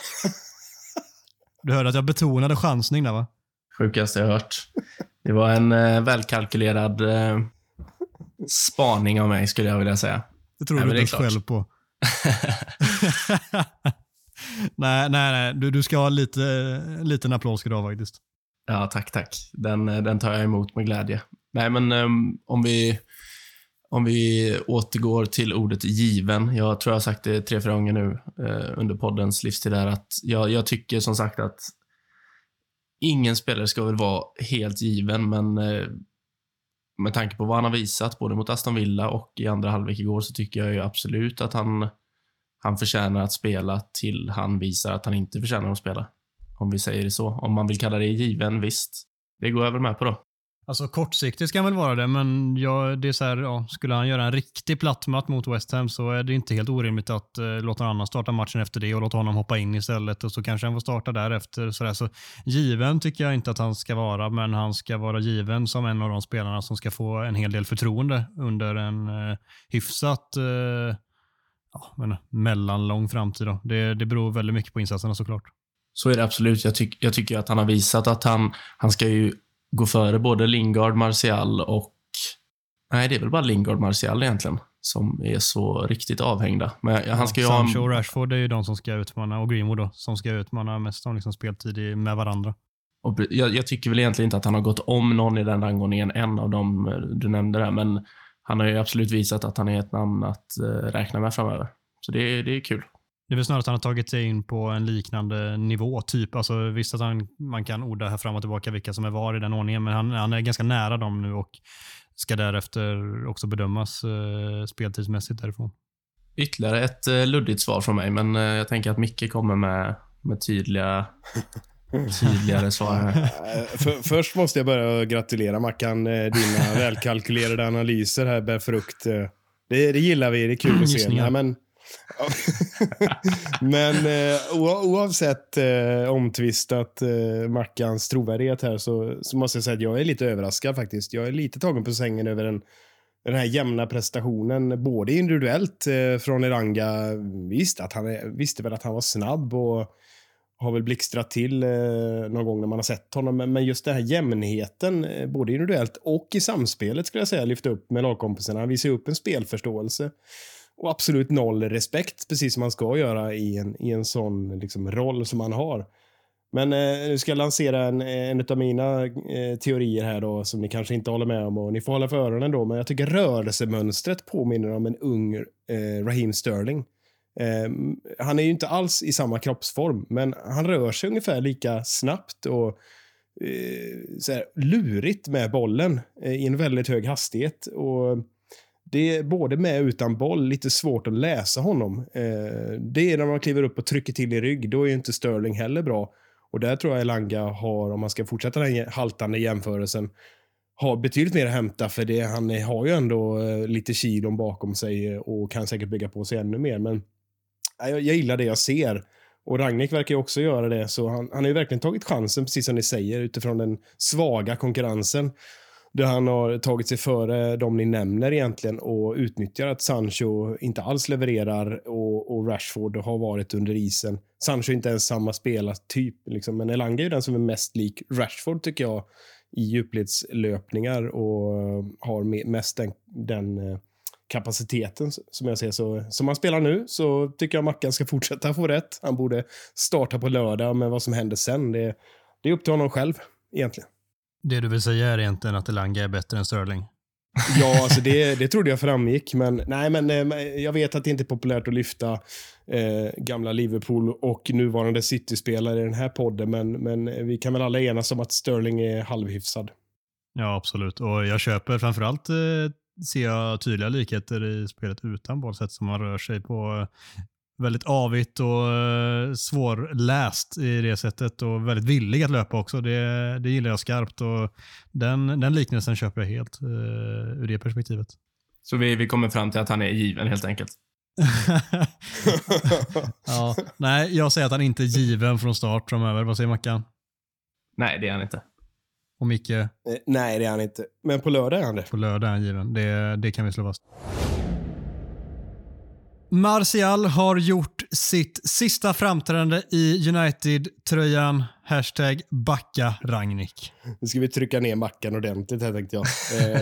Du hörde att jag betonade chansning där, va? Sjukaste jag hört. Det var en eh, välkalkylerad eh, spaning av mig, skulle jag vilja säga. Det tror nej, du inte själv på. nej, nej, nej. Du, du ska ha lite liten applåd idag faktiskt. Ja, tack, tack. Den, den tar jag emot med glädje. Nej, men um, om vi om vi återgår till ordet given. Jag tror jag har sagt det tre, fyra gånger nu eh, under poddens livstid där, att jag, jag tycker som sagt att ingen spelare ska väl vara helt given, men eh, med tanke på vad han har visat både mot Aston Villa och i andra halvlek igår, så tycker jag ju absolut att han, han förtjänar att spela till han visar att han inte förtjänar att spela. Om vi säger det så. Om man vill kalla det given, visst. Det går jag väl med på då. Alltså kortsiktigt ska han väl vara det, men ja, det är så här, ja, skulle han göra en riktig plattmatt mot West Ham så är det inte helt orimligt att eh, låta någon annan starta matchen efter det och låta honom hoppa in istället, och så kanske han får starta därefter. Så, där. Så given tycker jag inte att han ska vara, men han ska vara given som en av de spelarna som ska få en hel del förtroende under en eh, hyfsat eh, ja, men, mellanlång framtid. Då. Det, det beror väldigt mycket på insatserna såklart. Så är det absolut. Jag, tyck, jag tycker att han har visat att han, han ska ju gå före både Lingard, Martial och... Nej, det är väl bara Lingard, Martial egentligen som är så riktigt avhängda. Men han ska ju ha... Sancho och Rashford är ju de som ska utmana, och Greenwood då, som ska utmana mest om liksom speltid med varandra. Och jag, jag tycker väl egentligen inte att han har gått om någon i den rangordningen, en av dem du nämnde där, men han har ju absolut visat att han är ett namn att uh, räkna med framöver. Så det, det är kul. Det är väl snarare att han har tagit sig in på en liknande nivå typ. Alltså visst att han, man kan orda här fram och tillbaka vilka som är var i den ordningen, men han, han är ganska nära dem nu och ska därefter också bedömas eh, speltidsmässigt därifrån. Ytterligare ett eh, luddigt svar från mig, men eh, jag tänker att Micke kommer med, med tydliga tydligare svar här. För, först måste jag börja gratulera Mackan. Dina välkalkylerade analyser här bär frukt. Det, det gillar vi, det är kul att se. Nej, men men eh, oavsett eh, omtvistat eh, Mackans trovärdighet här så, så måste jag säga att jag är lite överraskad faktiskt. Jag är lite tagen på sängen över den, den här jämna prestationen, både individuellt eh, från Elanga. Visst, att han är, visste väl att han var snabb och har väl blixtrat till eh, någon gång när man har sett honom, men, men just den här jämnheten eh, både individuellt och i samspelet skulle jag säga lyfta upp med lagkompisarna. Han visar upp en spelförståelse och absolut noll respekt, precis som man ska göra i en, i en sån liksom roll som man har. Men eh, nu ska jag lansera en, en av mina eh, teorier här då, som ni kanske inte håller med om, och ni får hålla för öronen då, men jag tycker rörelsemönstret påminner om en ung eh, Raheem Sterling. Eh, han är ju inte alls i samma kroppsform, men han rör sig ungefär lika snabbt och eh, så här, lurigt med bollen eh, i en väldigt hög hastighet, och det är både med och utan boll lite svårt att läsa honom. Eh, det är när man kliver upp och trycker till i rygg, då är ju inte Sterling heller bra. Och där tror jag Elanga har, om man ska fortsätta den haltande jämförelsen, har betydligt mer att hämta, för det, han har ju ändå eh, lite kilon bakom sig och kan säkert bygga på sig ännu mer. Men jag, jag gillar det jag ser. Och Rangnick verkar ju också göra det, så han, han har ju verkligen tagit chansen, precis som ni säger, utifrån den svaga konkurrensen. Där han har tagit sig före de ni nämner egentligen och utnyttjar att Sancho inte alls levererar och, och Rashford har varit under isen. Sancho är inte ens samma spelartyp, liksom. Men Elanga är ju den som är mest lik Rashford tycker jag i djupledslöpningar och har mest den, den kapaciteten som jag ser. Så som han spelar nu så tycker jag Mackan ska fortsätta få rätt. Han borde starta på lördag, men vad som händer sen, det, det är upp till honom själv egentligen. Det du vill säga är egentligen att Elanga är bättre än Sterling? Ja, alltså det, det trodde jag framgick. Men, nej, men jag vet att det inte är populärt att lyfta eh, gamla Liverpool och nuvarande City-spelare i den här podden. Men, men vi kan väl alla enas om att Sterling är halvhyfsad. Ja, absolut. Och jag köper framförallt eh, ser jag tydliga likheter i spelet utan boll, sätt som man rör sig på. Väldigt avigt och uh, svårläst i det sättet och väldigt villig att löpa också. Det, det gillar jag skarpt och den, den liknelsen köper jag helt uh, ur det perspektivet. Så vi, vi kommer fram till att han är given helt enkelt. Ja, nej, jag säger att han inte är given från start framöver. Vad säger Mackan? Nej, det är han inte. Och Micke? Eh, nej, det är han inte. Men på lördag är han det. På lördag är han given. Det, det kan vi slå fast. Martial har gjort sitt sista framträdande i United-tröjan. Hashtag backa Rangnick. Nu ska vi trycka ner Mackan ordentligt här, tänkte jag.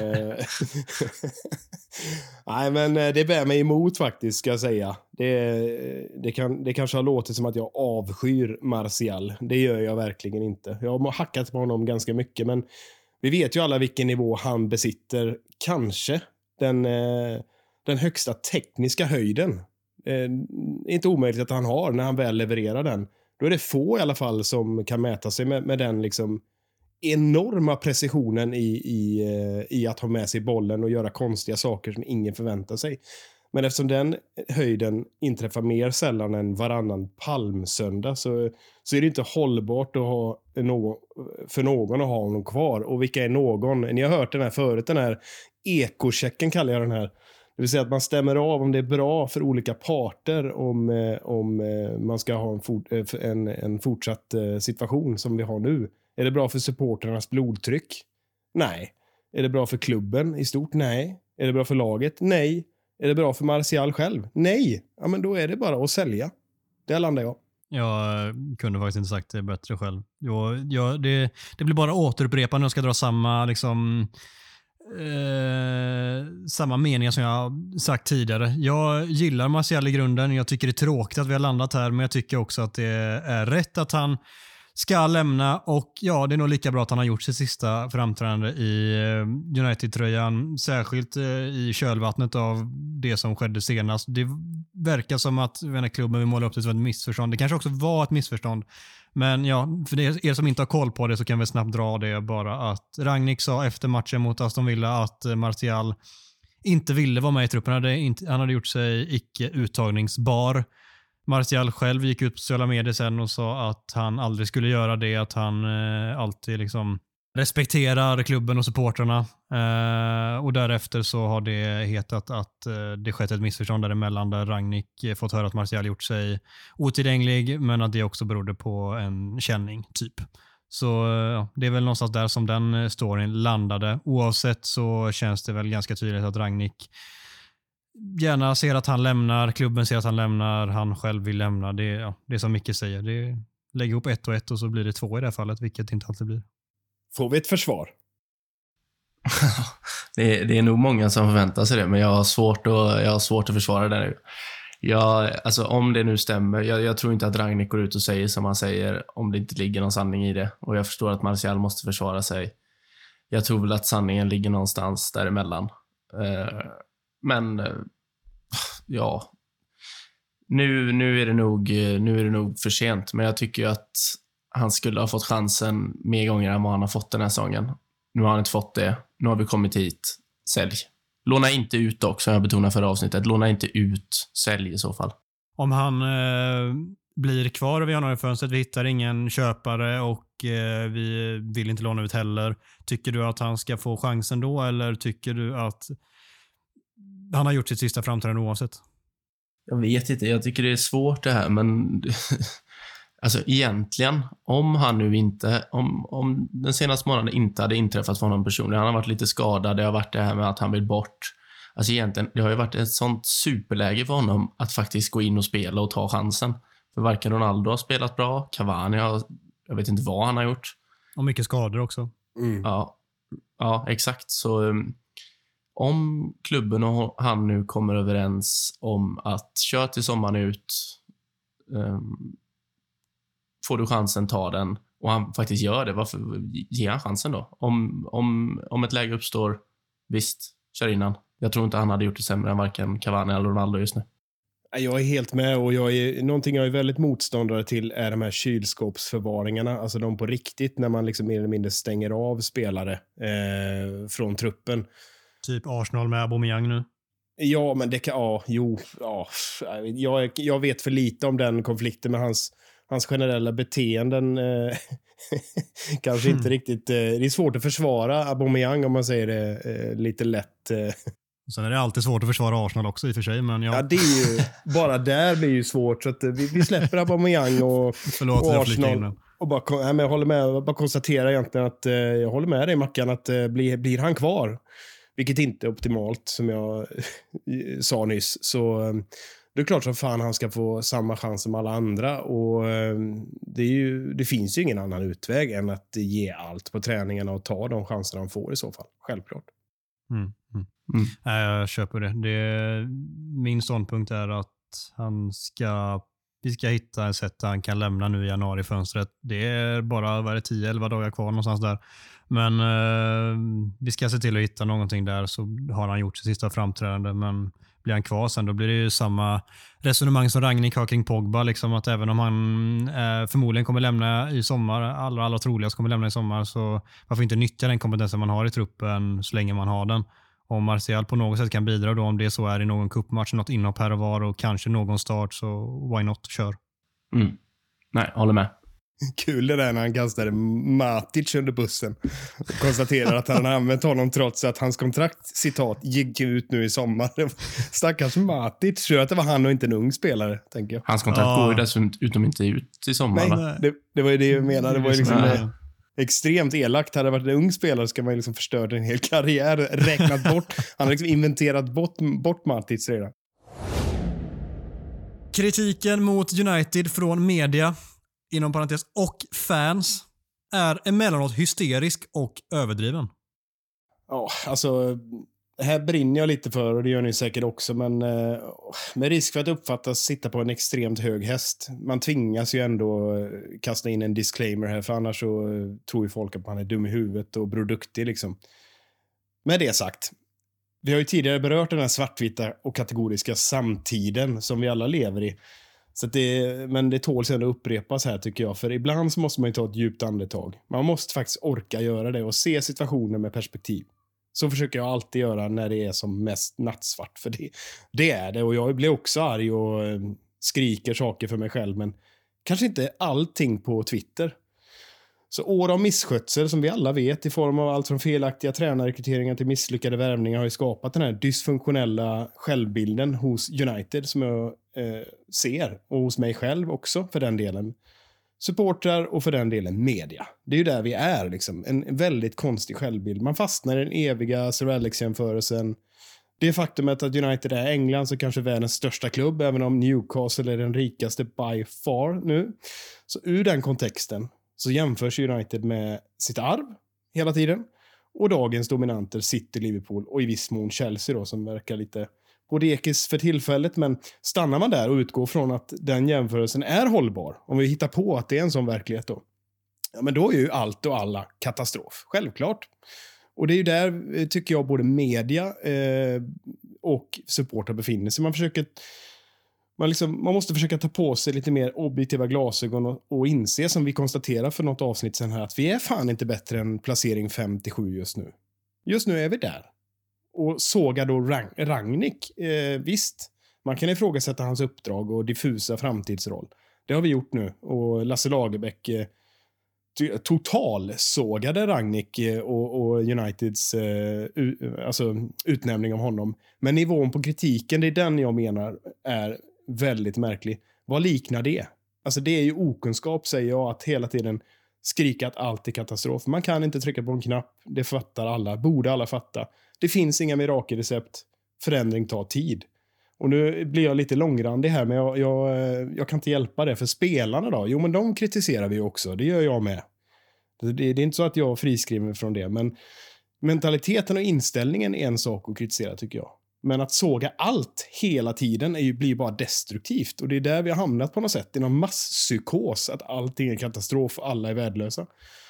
Nej, men det bär mig emot faktiskt, ska jag säga. Det, det, kan, det kanske har låtit som att jag avskyr Martial. Det gör jag verkligen inte. Jag har hackat på honom ganska mycket, men vi vet ju alla vilken nivå han besitter. Kanske den... den högsta tekniska höjden. Eh, inte omöjligt att han har när han väl levererar den. Då är det få i alla fall som kan mäta sig med, med den liksom enorma precisionen i, i, i att ha med sig bollen och göra konstiga saker som ingen förväntar sig. Men eftersom den höjden inträffar mer sällan än varannan palmsöndag, så, så är det inte hållbart att ha någon, för någon att ha honom kvar. Och vilka är någon? Ni har hört den här förut, den här ekochecken kallar jag den här. Det vill säga att man stämmer av om det är bra för olika parter, om, eh, om eh, man ska ha en, fort, eh, en, en fortsatt eh, situation som vi har nu. Är det bra för supporternas blodtryck? Nej. Är det bra för klubben i stort? Nej. Är det bra för laget? Nej. Är det bra för Martial själv? Nej. Ja, men då är det bara att sälja. Det landar jag. Jag kunde faktiskt inte sagt det bättre själv. Jag, jag, det, det blir bara återupprepande och ska dra samma liksom... Eh, samma meningar som jag har sagt tidigare. Jag gillar Martial i grunden. Jag tycker det är tråkigt att vi har landat här, men jag tycker också att det är rätt att han ska lämna, och ja, det är nog lika bra att han har gjort sitt sista framträdande i United-tröjan, särskilt i kölvattnet av det som skedde senast. Det verkar som att den här klubben vill måla upp det som ett missförstånd. Det kanske också var ett missförstånd, men ja, för er som inte har koll på det så kan vi snabbt dra det bara att Rangnick sa efter matchen mot Aston Villa att Martial inte ville vara med i truppen. Han hade, inte, han hade gjort sig icke uttagningsbar. Martial själv gick ut på sociala medier sen och sa att han aldrig skulle göra det, att han eh, alltid liksom respekterar klubben och supporterna. Eh, och därefter så har det hetat att eh, det skett ett missförstånd däremellan, där Rangnick eh, fått höra att Martial gjort sig otillgänglig, men att det också berodde på en känning typ. Så eh, det är väl någonstans där som den eh, storyn landade. Oavsett så känns det väl ganska tydligt att Rangnick gärna ser att han lämnar, klubben ser att han lämnar, han själv vill lämna. Det, ja, det är som Micke säger. Det lägger ihop ett och ett och så blir det två i det här fallet, vilket inte alltid blir. Får vi ett försvar? det, är, det är nog många som förväntar sig det, men jag har svårt att, jag har svårt att försvara det nu. Ja, alltså om det nu stämmer. Jag, jag tror inte att Rangnick går ut och säger som han säger om det inte ligger någon sanning i det. Och jag förstår att Martial måste försvara sig. Jag tror väl att sanningen ligger någonstans däremellan. Uh, men uh, ja, nu, nu, är det nog, nu är det nog för sent. Men jag tycker ju att han skulle ha fått chansen mer gånger än vad han har fått den här säsongen. Nu har han inte fått det. Nu har vi kommit hit. Sälj. Låna inte ut också, jag betonar förra avsnittet. Låna inte ut, sälj i så fall. Om han eh, blir kvar vid januarifönstret, vi hittar ingen köpare och eh, vi vill inte låna ut heller. Tycker du att han ska få chansen då, eller tycker du att han har gjort sitt sista framträdande oavsett? Jag vet inte, jag tycker det är svårt det här, men alltså egentligen, om han nu inte, om, om den senaste månaden inte hade inträffat för honom personligen, han har varit lite skadad, det har varit det här med att han vill bort. Alltså egentligen, det har ju varit ett sånt superläge för honom att faktiskt gå in och spela och ta chansen. För varken Ronaldo har spelat bra, Cavani har, jag vet inte vad han har gjort. Och mycket skador också. Mm. Ja, ja, exakt. Så um, om klubben och han nu kommer överens om att köra till sommaren ut, um, får du chansen, ta den. Och han faktiskt gör det. Varför ger han chansen då? Om, om, om ett läge uppstår, visst, kör innan. Jag tror inte han hade gjort det sämre än varken Cavani eller Ronaldo just nu. Jag är helt med, och jag är, någonting jag är väldigt motståndare till är de här kylskåpsförvaringarna. Alltså de på riktigt, när man liksom mer eller mindre stänger av spelare eh, från truppen. Typ Arsenal med Aubameyang nu. Ja, men det kan, ja, jo, ja. Jag, jag vet för lite om den konflikten med hans, hans generella beteenden. Eh, kanske Mm. inte riktigt, eh, det är svårt att försvara Aubameyang om man säger det eh, lite lätt. Eh. Sen är det alltid svårt att försvara Arsenal också i och för sig, men ja. Ja, det är ju, bara där blir ju svårt, så att eh, vi, vi släpper Aubameyang och, Förlåt, och jag flikar in Arsenal. den. Och bara, nej, men jag håller med, jag bara konstaterar egentligen att eh, jag håller med dig, Mackan, att eh, blir, blir han kvar, vilket inte är optimalt som jag sa nyss, så eh, det är klart som fan han ska få samma chans som alla andra, och eh, det, är ju, det finns ju ingen annan utväg än att ge allt på träningarna och ta de chanser han får i så fall, självklart. Mm. Mm. Mm. Nej, jag köper det. det. Min ståndpunkt är att han ska, vi ska hitta ett sätt där han kan lämna nu i januari-fönstret. Det är bara vad är det, tio elva dagar kvar någonstans där. Men eh, vi ska se till att hitta någonting där, så har han gjort sitt sista framträdande. Men blir han kvar sen, då blir det ju samma resonemang som Rangnick har kring Pogba. Liksom att även om han eh, förmodligen kommer lämna i sommar, allra, allra troligast kommer lämna i sommar, så varför inte nyttja den kompetensen man har i truppen så länge man har den. Om Martial på något sätt kan bidra då, om det så är i någon cupmatch, något inhopp här och var och kanske någon start, så why not, kör. Mm. Nej, håller med. Kul det där när han kastade Matic under bussen och konstaterar att han har använt honom trots att hans kontrakt, citat, gick ut nu i sommar. Stackars Matic, tror att det var han och inte en ung spelare, tänker jag. Hans kontrakt Ja. går ju dessutom inte ut i sommar, va? Nej, det, det var ju det jag menade. Det var ju liksom Nej. eh, extremt elakt. Hade det varit en ung spelare ska man ju liksom förstört en hel karriär, räknat bort. Han har liksom inventerat bort, bort Matic redan. Kritiken mot United från media, inom parentes, och fans är emellanåt hysterisk och överdriven. Ja, alltså här brinner jag lite för, och det gör ni säkert också, men eh, med risk för att uppfattas sitta på en extremt hög häst. Man tvingas ju ändå eh, kasta in en disclaimer här, för annars så eh, tror ju folk att man är dum i huvudet och produktig liksom. Med det sagt, vi har ju tidigare berört den här svartvita och kategoriska samtiden som vi alla lever i. Så att det, men det tåls ändå upprepas här, tycker jag. För ibland så måste man ju ta ett djupt andetag. Man måste faktiskt orka göra det och se situationen med perspektiv. Så försöker jag alltid göra när det är som mest nattsvart. För det, det är det, och jag blir också arg och eh, skriker saker för mig själv. Men kanske inte allting på Twitter. Så år av misskötsel, som vi alla vet, i form av allt från felaktiga tränarrekryteringar till misslyckade värvningar, har ju skapat den här dysfunktionella självbilden hos United som jag eh, ser. Och hos mig själv också, för den delen. Supportrar och för den delen media. Det är ju där vi är, liksom. En väldigt konstig självbild. Man fastnar i den eviga Sir Alex-jämförelsen. Det faktumet att United är Englands och kanske världens största klubb, även om Newcastle är den rikaste by far nu. Så ur den kontexten så jämförs United med sitt arv hela tiden. Och dagens dominanter City, Liverpool och i viss mån Chelsea då, som verkar lite Godekis för tillfället, men stannar man där och utgår från att den jämförelsen är hållbar, om vi hittar på att det är en sån verklighet då, ja, men då är ju allt och alla katastrof, självklart. Och det är ju där, tycker jag, både media eh, och supportrar befinner sig. Man försöker Man, liksom, man måste försöka ta på sig lite mer objektiva glasögon och, och inse, som vi konstaterar för något avsnitt sen här, att vi är fan inte bättre än placering fem till sju just nu. Just nu är vi där. Och såga då Rang, Rangnick, eh, visst, man kan ifrågasätta hans uppdrag och diffusa framtidsroll. Det har vi gjort nu. Och Lasse Lagerbäck eh, total sågade Rangnick eh, och, och Uniteds eh, u, alltså, utnämning av honom. Men nivån på kritiken, det är den jag menar är väldigt märklig. Vad liknar det? Alltså det är ju okunskap, säger jag, att hela tiden skrika att allt är katastrof. Man kan inte trycka på en knapp. Det fattar alla. Borde alla fatta. Det finns inga mirakelrecept. Förändring tar tid. Och nu blir jag lite långrandig här, men jag, jag, jag kan inte hjälpa det. För spelarna då? Jo, men de kritiserar vi också. Det gör jag med. Det, det, det är inte så att jag friskriver mig från det. Men mentaliteten och inställningen är en sak att kritisera, tycker jag. Men att såga allt hela tiden är ju, blir bara destruktivt. Och det är där vi har hamnat på något sätt. I någon masspsykos. Att allting är katastrof och alla är värdelösa.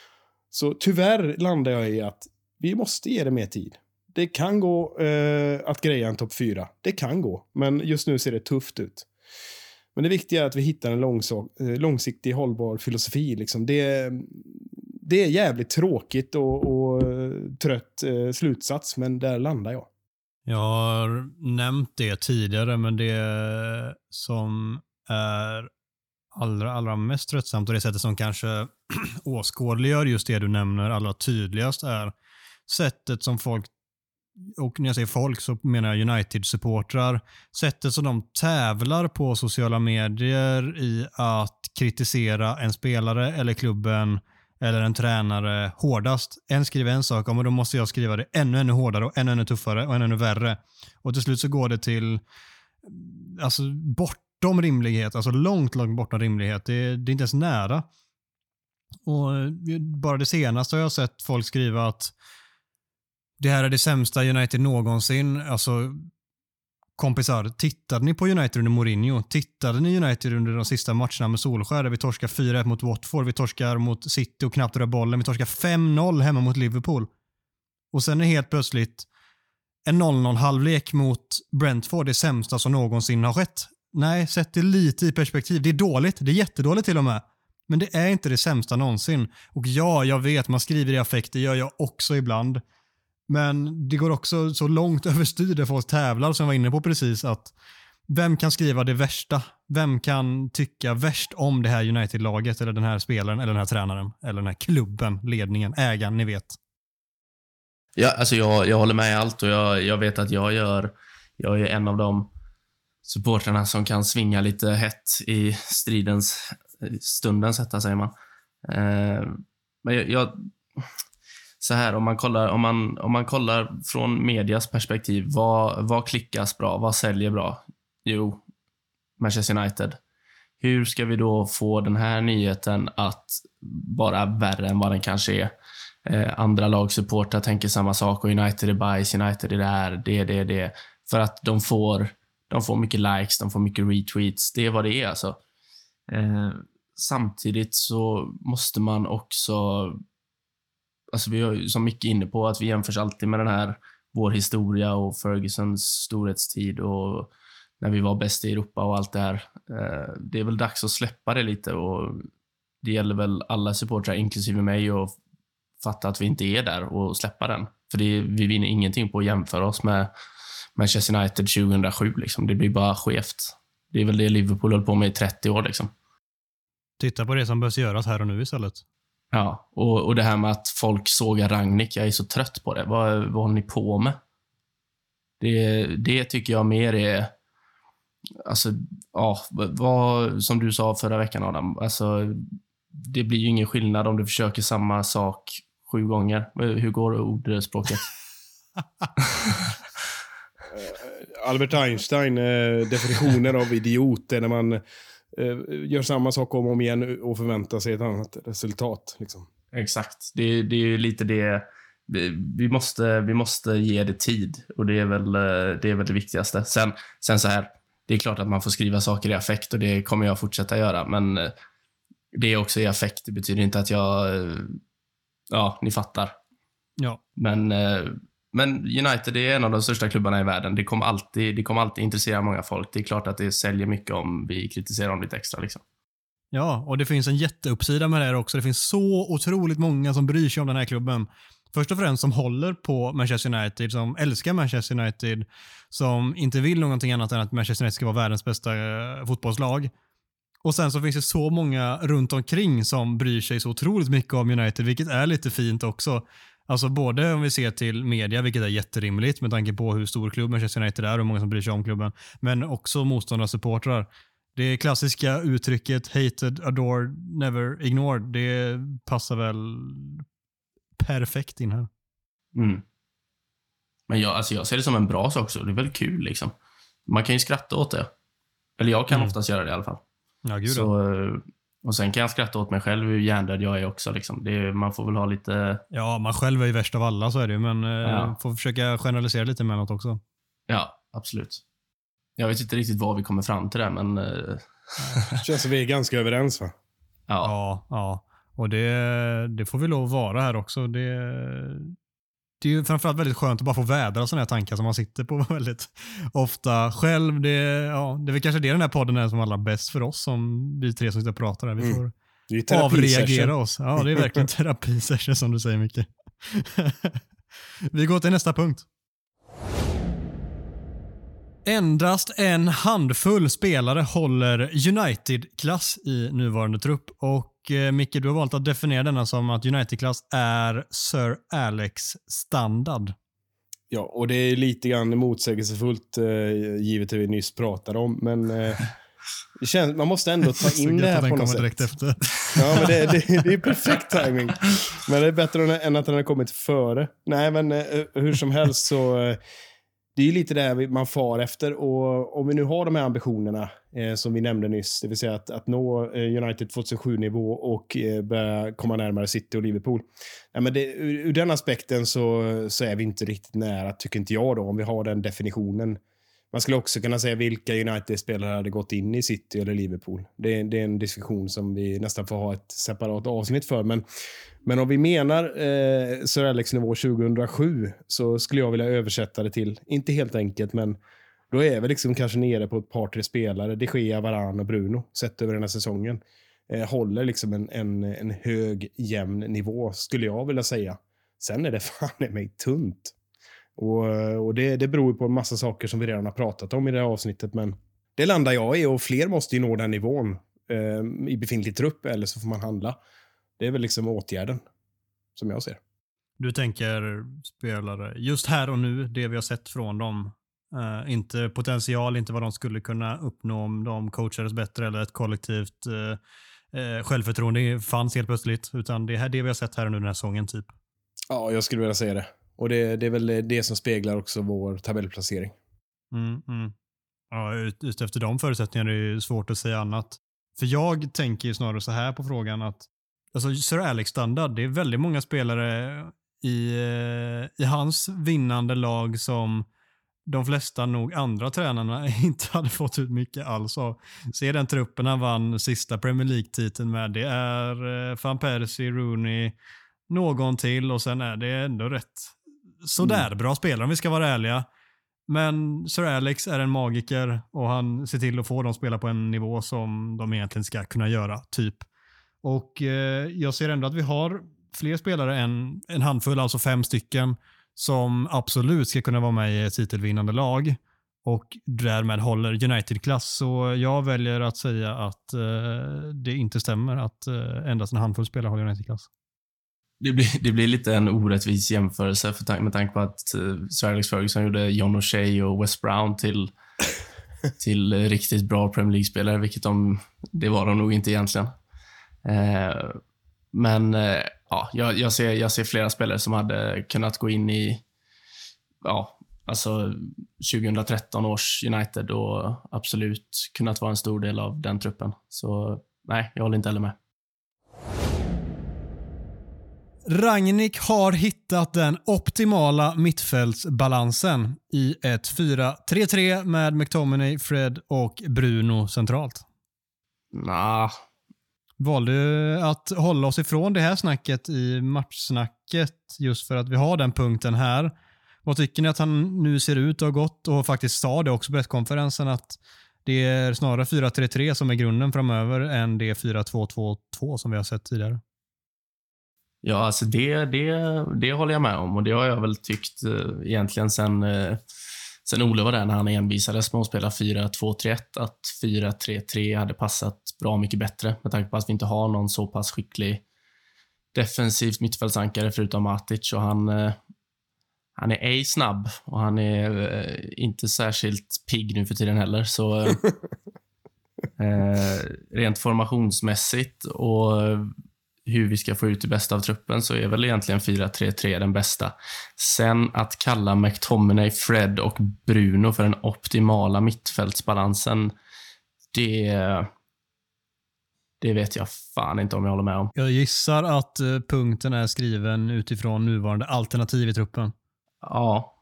Så tyvärr landar jag i att vi måste ge det mer tid. Det kan gå eh, att greja en topp fyra. Det kan gå. Men just nu ser det tufft ut. Men det viktiga är att vi hittar en långsak, eh, långsiktig hållbar filosofi. Liksom. Det, det är jävligt tråkigt och, och trött eh, slutsats. Men där landar jag. Jag har nämnt det tidigare, men det som är allra, allra mest tröttsamt och det sättet som kanske åskådliggör just det du nämner allra tydligast är sättet som folk, och när jag säger folk så menar jag United-supportrar, sättet som de tävlar på sociala medier i att kritisera en spelare eller klubben eller en tränare hårdast. En skriver en sak, men då måste jag skriva det ännu, ännu hårdare och ännu, ännu tuffare och ännu, ännu värre. Och till slut så går det till alltså bortom rimlighet, alltså långt, långt bortom rimlighet. Det, det är inte ens nära. Och bara det senaste har jag sett folk skriva att det här är det sämsta United någonsin. Alltså kompisar, tittade ni på United under Mourinho? Tittade ni United under de sista matcherna med Solskär där vi torskar fyra ett mot Watford, vi torskar mot City och knappt rör bollen, vi torskar fem noll hemma mot Liverpool. Och sen är helt plötsligt en noll noll halvlek mot Brentford det sämsta som någonsin har skett. Nej, sätt det lite i perspektiv. Det är dåligt, det är jättedåligt till och med. Men det är inte det sämsta någonsin. Och ja, jag vet, man skriver i affekt, det gör jag också ibland. Men det går också så långt överstyr där folk tävlar, som jag var inne på precis, att vem kan skriva det värsta? Vem kan tycka värst om det här United-laget eller den här spelaren eller den här tränaren eller den här klubben, ledningen, ägaren, ni vet. Ja, alltså jag, jag håller med i allt och jag, jag vet att jag gör jag är en av de supporterna som kan svinga lite hett i stridens stundens hetta, säger man. Eh, men jag, jag så här, om man kollar om man om man kollar från medias perspektiv, vad vad klickas bra, vad säljer bra? Jo, Manchester United. Hur ska vi då få den här nyheten att vara värre än vad den kanske är? Eh, andra lagsupportrar tänker samma sak och United är bajs, United är där, det det det för att de får de får mycket likes, de får mycket retweets. Det är vad det är alltså. Eh, samtidigt så måste man också, alltså vi har ju som mycket inne på att vi jämförs alltid med den här vår historia och Fergusons storhetstid och när vi var bäst i Europa och allt det här. Eh, det är väl dags att släppa det lite och det gäller väl alla supportrar inklusive mig och fatta att vi inte är där och släppa den. För det, vi vinner ingenting på att jämföra oss med Manchester United tjugohundrasju liksom. Det blir bara skevt. Det är väl det Liverpool höll på med i trettio år liksom. Titta på det som behövs göras här och nu istället. Ja, och, och det här med att folk sågar Rangnick, jag är så trött på det. Vad, vad håller ni på med? Det, det tycker jag mer är alltså, ja, vad, som du sa förra veckan Adam, alltså det blir ju ingen skillnad om du försöker samma sak sju gånger. Hur går ordspråket? Albert Einstein, eh, definitioner av idiot är när man eh, gör samma sak om och om igen och förväntar sig ett annat resultat. Liksom. Exakt. Det, det är ju lite det vi, vi, måste, vi måste ge det tid. Och det är väl det, är väl det viktigaste. Sen, sen så här, det är klart att man får skriva saker i affekt och det kommer jag fortsätta göra. Men det är också i affekt. Det betyder inte att jag... Ja, ni fattar. Ja. Men, men United är en av de största klubbarna i världen. Det kommer alltid, det kommer alltid intressera många folk. Det är klart att det säljer mycket om vi kritiserar dem lite extra. Liksom. Ja, och det finns en jätteuppsida med det här också. Det finns så otroligt många som bryr sig om den här klubben. Först och främst som håller på Manchester United, som älskar Manchester United, som inte vill någonting annat än att Manchester United ska vara världens bästa fotbollslag. Och sen så finns det så många runt omkring som bryr sig så otroligt mycket om United, vilket är lite fint också. Alltså både om vi ser till media, vilket är jätterimligt med tanke på hur stor klubb Manchester United är och hur många som bryr sig om klubben, men också motståndarsupportrar. Det klassiska uttrycket hated, adored, never ignored, det passar väl perfekt in här. Mm. Men jag, alltså jag ser det som en bra sak också. Det är väl kul liksom. Man kan ju skratta åt det. Eller jag kan mm. oftast göra det i alla fall. Ja, gud. Så, och sen kan jag skratta åt mig själv hur hjärndöd jag är också. Liksom. Det är, man får väl ha lite... Ja, man själv är ju värst av alla, så är det ju. Men ja. eh, får försöka generalisera lite med något också. Ja, absolut. Jag vet inte riktigt vad vi kommer fram till där, men... Eh... Det känns som vi är ganska överens, va? Ja, ja. ja. Och det, det får vi lov att vara här också. Det, det är ju framförallt väldigt skönt att bara få vädra sådana här tankar som man sitter på väldigt ofta själv. Det, ja, det är väl kanske det den här podden är som allra bäst för oss, som vi tre som sitter och pratar här. Vi får mm. avreagera oss. Ja, det är verkligen terapisession som du säger, mycket. Vi går till nästa punkt. Endast en handfull spelare håller United-klass i nuvarande trupp, och eh, Micke, du har valt att definiera denna som att United-klass är Sir Alex-standard. Ja, och det är lite grann motsägelsefullt eh, givet det vi nyss pratade om, men eh, det känns, man måste ändå ta in det här på något sätt. Direkt efter. Ja, men det, det, det är perfekt timing. Men det är bättre än att den har kommit före. Nej, men eh, hur som helst så... Eh, Det är ju lite där man far efter, och om vi nu har de här ambitionerna eh, som vi nämnde nyss, det vill säga att, att nå eh, United tjugohundrasju-nivå och eh, börja komma närmare City och Liverpool. Ja, men det, ur, ur den aspekten så, så är vi inte riktigt nära, tycker inte jag då, om vi har den definitionen. Man skulle också kunna säga vilka United-spelare hade gått in i City eller Liverpool. Det, det är en diskussion som vi nästan får ha ett separat avsnitt för, men Men om vi menar eh, Sir Alex-nivå tjugohundrasju så skulle jag vilja översätta det till, inte helt enkelt, men då är vi liksom kanske nere på ett par, tre spelare, De Gea, Varane och Bruno, sett över den här säsongen. Eh, håller liksom en, en, en hög, jämn nivå, skulle jag vilja säga. Sen är det fan i mig tunt. Och, och det, det beror på en massa saker som vi redan har pratat om i det här avsnittet, men det landar jag i, och fler måste ju nå den nivån eh, i befintlig trupp, eller så får man handla. Det är väl liksom åtgärden som jag ser. Du tänker spelare just här och nu, det vi har sett från dem. Uh, inte potential, inte vad de skulle kunna uppnå om de coachades bättre eller ett kollektivt uh, uh, självförtroende fanns helt plötsligt. Utan det är det vi har sett här och nu den här säsongen typ. Ja, jag skulle vilja säga det. Och det, det är väl det som speglar också vår tabellplacering. Mm, mm. Ja, ut, ut efter de förutsättningarna är det svårt att säga annat. För jag tänker ju snarare så här på frågan att alltså Sir Alex-standard, det är väldigt många spelare i, i hans vinnande lag som de flesta nog andra tränarna inte hade fått ut mycket alls av. Se den truppen han vann sista Premier League-titeln med. Det är Van Persie, Rooney, någon till, och sen är det ändå rätt sådär mm. bra spelare om vi ska vara ärliga. Men Sir Alex är en magiker och han ser till att få dem spela på en nivå som de egentligen ska kunna göra, typ. Och eh, jag ser ändå att vi har fler spelare än en handfull, alltså fem stycken, som absolut ska kunna vara med i ett titelvinnande lag och därmed håller United-klass. Så jag väljer att säga att eh, det inte stämmer att eh, endast en handfull spelare håller United-klass. Det blir, det blir lite en orättvis jämförelse för tank, med tanke på att uh, Sir Alex Ferguson gjorde John O'Shea och Wes Brown till, till uh, riktigt bra Premier League-spelare, vilket de, det var de nog inte egentligen. Uh, men uh, ja, jag, jag, ser, jag ser flera spelare som hade kunnat gå in i ja, alltså tjugohundratretton års United och absolut kunnat vara en stor del av den truppen. Så nej, jag håller inte heller med. Rangnick har hittat den optimala mittfältsbalansen i ett fyra tre tre med McTominay, Fred och Bruno centralt. Nah. Valde att hålla oss ifrån det här snacket i matchsnacket just för att vi har den punkten här. Vad tycker ni att han nu ser ut och har gått och faktiskt sa det också på presskonferensen att det är snarare fyra tre tre som är grunden framöver än det fyra två två två som vi har sett tidigare? Ja, alltså det, det, det håller jag med om och det har jag väl tyckt eh, egentligen sen, eh, sen Ole var där när han envisades med att spela fyra två tre ett att fyra tre tre hade passat bra mycket bättre med tanke på att vi inte har någon så pass skicklig defensivt mittfältsankare förutom Matic och han, eh, han är ej snabb och han är eh, inte särskilt pigg nu för tiden heller så eh, eh, rent formationsmässigt och hur vi ska få ut det bästa av truppen så är väl egentligen fyra tre tre den bästa. Sen att kalla McTominay, Fred och Bruno för den optimala mittfältsbalansen, det, det vet jag fan inte om jag håller med om. Jag gissar att uh, punkten är skriven utifrån nuvarande alternativ i truppen. Ja.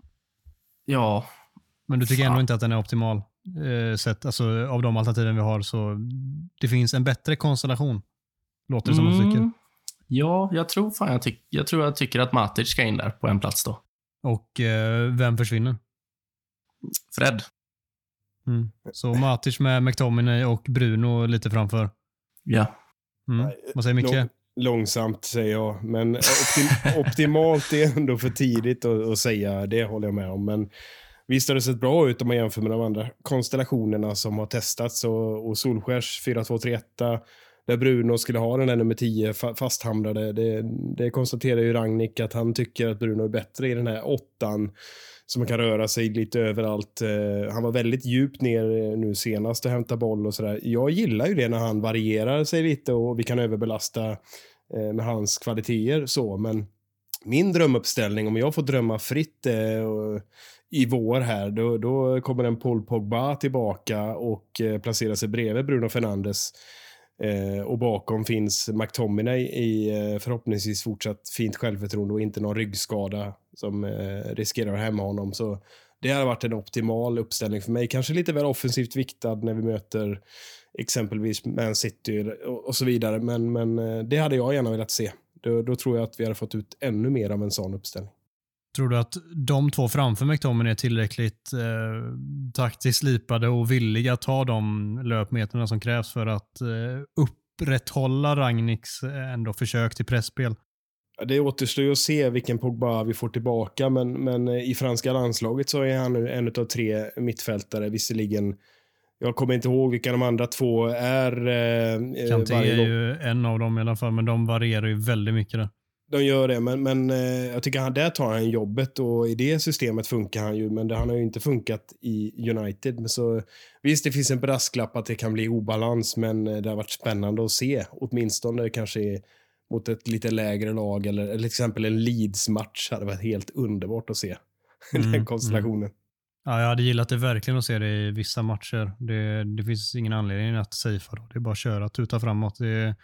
Ja. Men du tycker fan. ändå inte att den är optimal? Uh, sett, alltså, av de alternativen vi har så det finns en bättre konstellation. Låter det som mm. du tycker? Ja, jag tror fan jag, tyck- jag tror jag tycker att Matic ska in där på en plats då. Och uh, vem försvinner? Fred. Mm. Så Matic med McTominay och Bruno lite framför. Ja. Mm. Vad säger Micke? Lång, långsamt säger jag, men optim, optimalt är ändå för tidigt att, att säga, det håller jag med om. Men visst har det sett bra ut om man jämför med de andra konstellationerna som har testats och, och Solskärs fyra två tre ett där Bruno skulle ha den där nummer tio fasthamrade. Det, det konstaterar ju Rangnick att han tycker att Bruno är bättre i den här åttan som man kan röra sig lite överallt. Uh, han var väldigt djupt ner nu senast och hämta boll och sådär. Jag gillar ju det när han varierar sig lite och vi kan överbelasta uh, med hans kvaliteter så, men min drömuppställning, om jag får drömma fritt uh, och i vår här, då, då kommer en Paul Pogba tillbaka och uh, placerar sig bredvid Bruno Fernandes. Eh, och bakom finns McTominay i eh, förhoppningsvis fortsatt fint självförtroende och inte någon ryggskada som eh, riskerar att hämma honom. Så det har varit en optimal uppställning för mig. Kanske lite väl offensivt viktad när vi möter exempelvis Man City och, och så vidare. Men, men eh, det hade jag gärna velat se. Då, då tror jag att vi hade fått ut ännu mer av en sån uppställning. Tror du att de två framför McTominay är tillräckligt eh, taktiskt slipade och villiga att ta de löpmeterna som krävs för att eh, upprätthålla Rangnicks ändå försök till pressspel? Ja, det återstår ju att se vilken Pogba vi får tillbaka, men, men i franska landslaget så är han nu en av tre mittfältare, visserligen. Jag kommer inte ihåg vilka de andra två är. Eh, Kanté är ju en av dem i alla fall, men de varierar ju väldigt mycket där. De gör det, men, men eh, jag tycker han där tar han jobbet och i det systemet funkar han ju, men det, han har ju inte funkat i United. Men så, visst, det finns en brasklapp att det kan bli obalans, men det har varit spännande att se, åtminstone kanske mot ett lite lägre lag eller, eller till exempel en Leeds-match hade varit helt underbart att se mm, den konstellationen. Mm. Ja, jag hade gillat det verkligen att se det i vissa matcher. Det, det finns ingen anledning att safea då. Det är bara att köra, tuta framåt. Det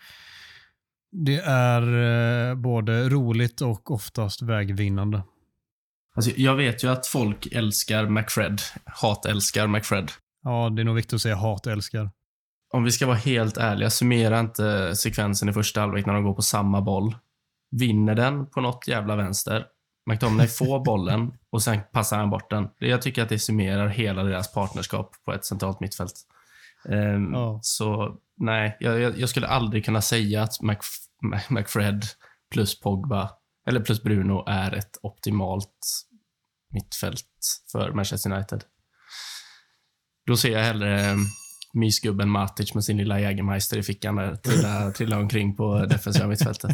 Det är eh, både roligt och oftast vägvinnande. Alltså, jag vet ju att folk älskar McFred. Hat-älskar McFred. Ja, det är nog viktigt att säga hat-älskar. Om vi ska vara helt ärliga, summera inte sekvensen i första halvlek när de går på samma boll. Vinner den på något jävla vänster. McTominay får bollen och sen passar han bort den. Jag tycker att det summerar hela deras partnerskap på ett centralt mittfält. Um, ja. Så nej, jag, jag skulle aldrig kunna säga att Mc, McFred plus Pogba eller plus Bruno är ett optimalt mittfält för Manchester United. Då ser jag hellre um, mysgubben Matic med sin lilla Jägermeister i fickan där trilla, trilla omkring på defensiva mittfältet.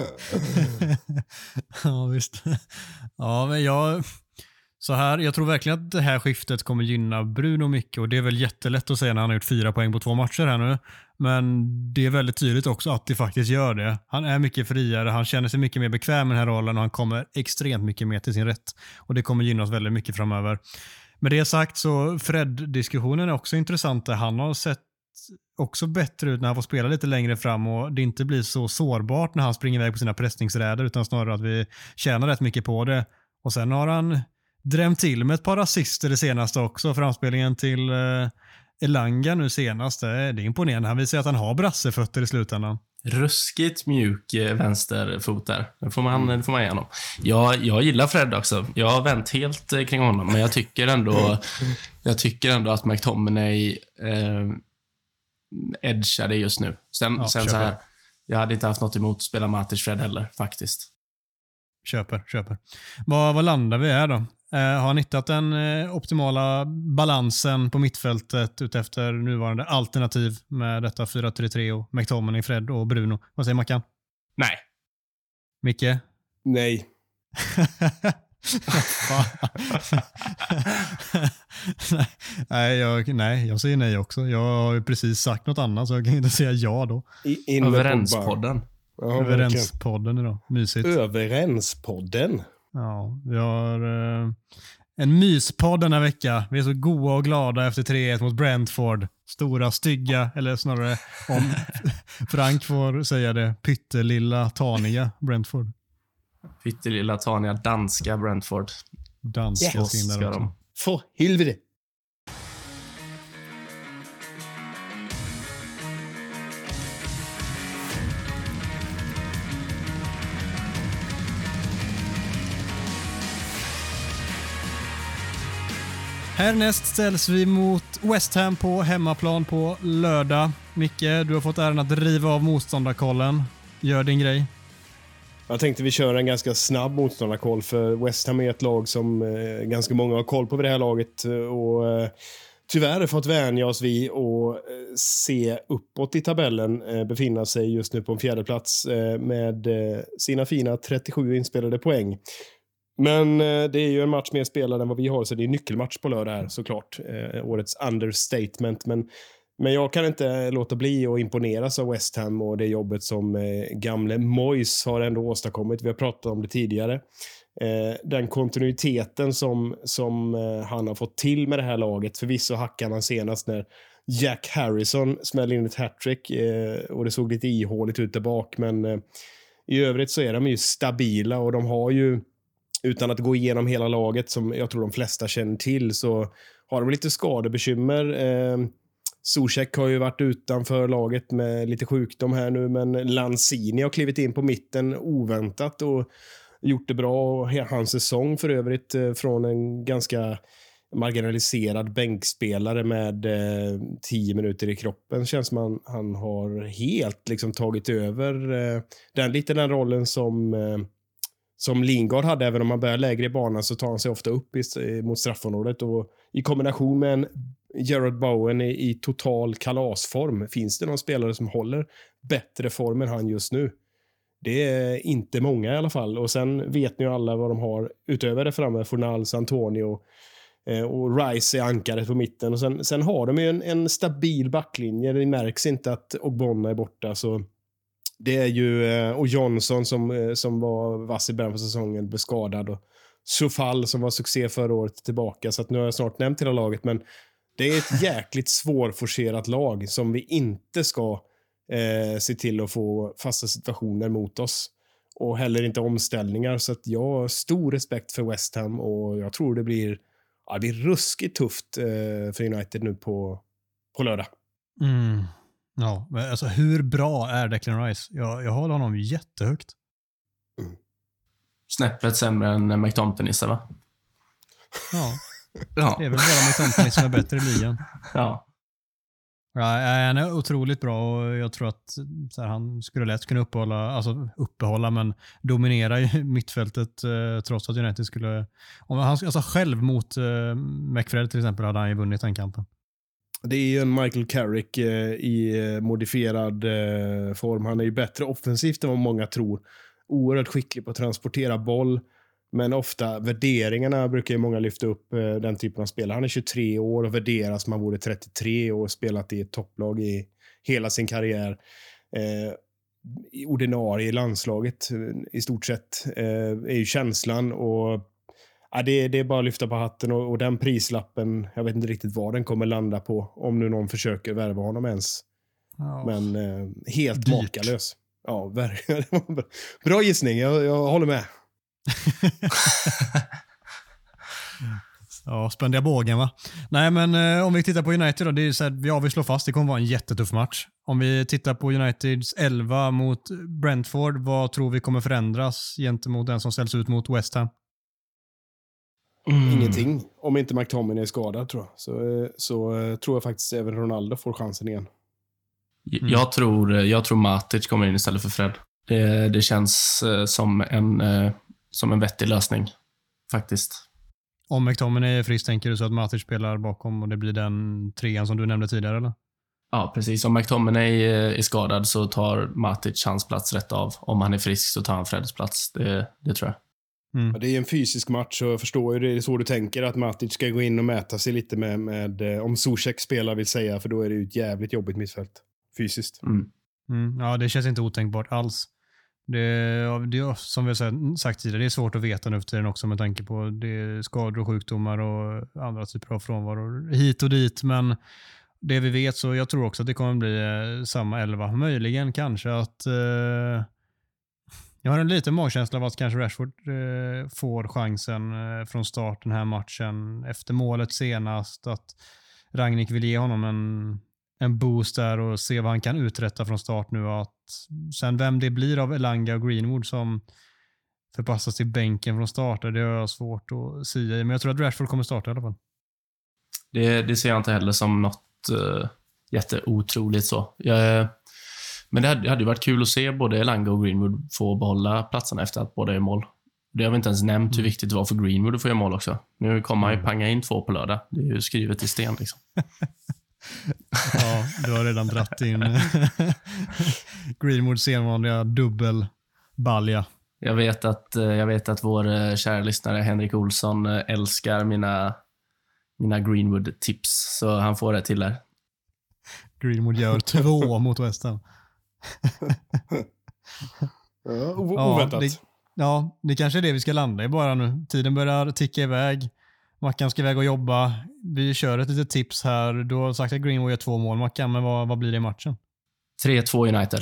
Ja, visst. Ja, men jag så här, jag tror verkligen att det här skiftet kommer gynna Bruno mycket och det är väl jättelätt att säga när han har gjort fyra poäng på två matcher här nu. Men det är väldigt tydligt också att det faktiskt gör det. Han är mycket friare, han känner sig mycket mer bekväm med den här rollen och han kommer extremt mycket mer till sin rätt. Och det kommer gynna oss väldigt mycket framöver. Med det sagt så Fred-diskussionen är också intressant. Han har sett också bättre ut när han får spela lite längre fram och det inte blir så sårbart när han springer iväg på sina pressningsräder, utan snarare att vi tjänar rätt mycket på det. Och sen har han drämt till med ett par assister det senaste också. Framspelningen till eh, Elanga nu senast, det är imponerande. Han visar att han har brassefötter i slutändan. Ruskigt mjuk vänsterfot där. Det får man, det får man igenom. Jag, jag gillar Fred också. Jag har vänt helt kring honom, men jag tycker ändå jag tycker ändå att McTominay eh, edgar det just nu. Sen, ja, sen så här, jag hade inte haft något emot att spela Matic Fred heller, faktiskt. Köper, köper. Vad, vad landar vi här då? Eh, har han hittat den eh, optimala balansen på mittfältet utefter nuvarande alternativ med detta fyra tre tre och McTominay, Fred och Bruno? Vad säger Mackan? Nej. Micke? Nej. nej, jag, nej, jag säger nej också. Jag har ju precis sagt något annat så jag kan inte säga ja då. I, Överenspodden. Ja, Överenspodden idag. Mysigt. Överenspodden. Ja, vi har eh, en myspodd denna vecka. Vi är så goa och glada efter tre ett mot Brentford. Stora, stygga, eller snarare om Frank får säga det, pyttelilla, taniga Brentford. Pyttelilla, taniga, danska Brentford. Danska yes, ska de. de. För helvete. Härnäst ställs vi mot West Ham på hemmaplan på lördag. Micke, du har fått äran att driva av motståndarkollen. Gör din grej. Jag tänkte vi kör en ganska snabb motståndarkoll, för West Ham är ett lag som eh, ganska många har koll på vid det här laget. Och eh, tyvärr har fått vänja oss vid att eh, se uppåt i tabellen, eh, befinna sig just nu på en fjärde plats eh, med eh, sina fina trettiosju inspelade poäng. Men eh, det är ju en match mer spelad än vad vi har, så det är nyckelmatch på lördag här såklart. Eh, årets understatement. Men, men jag kan inte låta bli att imponeras av West Ham och det jobbet som eh, gamle Moyes har ändå åstadkommit. Vi har pratat om det tidigare. Eh, den kontinuiteten som, som eh, han har fått till med det här laget. Förvisso hackade han senast när Jack Harrison smällde in ett hattrick eh, och det såg lite ihåligt ut där bak. Men eh, i övrigt så är de ju stabila och de har ju, utan att gå igenom hela laget som jag tror de flesta känner till, så har de lite skadebekymmer. Eh, Zuzek har ju varit utanför laget med lite sjukdom här nu, men Lanzini har klivit in på mitten oväntat och gjort det bra. Och hans säsong för övrigt eh, från en ganska marginaliserad bänkspelare med eh, tio minuter i kroppen känns som han, han har helt liksom tagit över eh, den, lite den rollen som eh, som Lingard hade. Även om man börjar lägre i banan så tar han sig ofta upp i, mot straffområdet, och i kombination med en Gerard Bowen i, i total kalasform, finns det någon spelare som håller bättre form än han just nu? Det är inte många i alla fall. Och sen vet ni ju alla vad de har utöver det framme, Fornals, Antonio eh, och Rice är ankaret på mitten, och sen, sen har de ju en, en stabil backlinje. Det märks inte att Ogbonna är borta, så det är ju, och Johnson som, som var vass i början på säsongen blev skadad, och Sofall som var succé förra året tillbaka, så att nu har jag snart nämnt hela laget, men det är ett jäkligt svårforcerat lag som vi inte ska eh, se till att få fasta situationer mot oss, och heller inte omställningar, så att jag har stor respekt för West Ham och jag tror det blir, ja, det blir ruskigt tufft eh, för United nu på, på lördag. Mm. Ja, men alltså hur bra är Declan Rice? Jag, jag håller honom jättehögt. Mm. Snäppet sämre än McTominay, va? Ja. Ja. Det är väl bara McTominay som är bättre i ligan. Ja. Ja, han är otroligt bra och jag tror att så här, han skulle lätt kunna uppehålla, alltså uppehålla men dominera i mittfältet eh, trots att United skulle, om han alltså själv mot eh, McFred till exempel hade han ju vunnit den kampen. Det är ju en Michael Carrick eh, i eh, modifierad eh, form. Han är ju bättre offensivt än vad många tror. Oerhört skicklig på att transportera boll. Men ofta värderingarna brukar ju många lyfta upp eh, den typen av spelare. Han är tjugotre år och värderas som han vore trettiotre och spelat i ett topplag i hela sin karriär. Eh, ordinarie i landslaget i stort sett eh, är ju känslan, och Ja, det, det är bara att lyfta på hatten och, och den prislappen, jag vet inte riktigt vad den kommer landa på om nu någon försöker värva honom ens. Oh. Men eh, helt Dyrt. makalös. Ja, verkligen. Bra gissning, jag, jag håller med. Ja, spändiga bågen va? Nej men eh, om vi tittar på United då, det är så här, ja, vi slår fast, det kommer vara en jättetuff match. Om vi tittar på Uniteds elva mot Brentford, vad tror vi kommer förändras gentemot den som ställs ut mot West Ham? Mm. Ingenting, om inte McTominay är skadad tror jag. Så, så uh, tror jag faktiskt även Ronaldo får chansen igen. Mm. Jag, tror, jag tror Matic kommer in istället för Fred. Det, det känns uh, som, en, uh, som en vettig lösning, faktiskt. Om McTominay är frisk, tänker du så att Matic spelar bakom och det blir den trean som du nämnde tidigare, eller? Ja, precis. Om McTominay är skadad så tar Matic hans plats rätt av. Om han är frisk så tar han Freds plats. Det, det tror jag. Mm. Ja, det är en fysisk match och jag förstår ju det är så du tänker att Matic ska gå in och mäta sig lite med, med om Zuzek spelar vill säga, för då är det ju ett jävligt jobbigt mittfält fysiskt. Mm. Mm. Ja, det känns inte otänkbart alls. Det, det som vi har sagt tidigare, det är svårt att veta nu för tiden också med tanke på det skador och sjukdomar och andra typer av frånvaro hit och dit, men det vi vet så jag tror också att det kommer bli eh, samma elva. Möjligen kanske att eh, jag har en liten magkänsla av att kanske Rashford eh, får chansen eh, från start den här matchen efter målet senast, att Rangnick vill ge honom en, en boost där och se vad han kan uträtta från start nu. Att sen vem det blir av Elanga och Greenwood som förpassas till bänken från start, det har jag svårt att säga. Men jag tror att Rashford kommer starta i alla fall. Det, det ser jag inte heller som något uh, jätteotroligt så. Jag, men det hade, det hade ju varit kul att se både Elanga och Greenwood få behålla platserna efter att båda är mål. Det har vi inte ens nämnt hur viktigt det var för Greenwood att få göra mål också. Nu kommer han ju panga in två på lördag. Det är ju skrivet i sten liksom. Ja, du har redan dratt in Greenwood sedvanliga dubbelbalja. Jag vet att, jag vet att vår kära lyssnare Henrik Olsson älskar mina, mina Greenwood-tips, så han får det till där. Greenwood gör två mot West Ham. Ja, oväntat. Ja, det, ja, det kanske är det vi ska landa i bara nu. Tiden börjar ticka iväg. Mackan ska iväg och jobba. Vi kör ett litet tips här. Du har sagt att Greenwood gör två mål. Mackan, men vad, vad blir det i matchen? tre två United.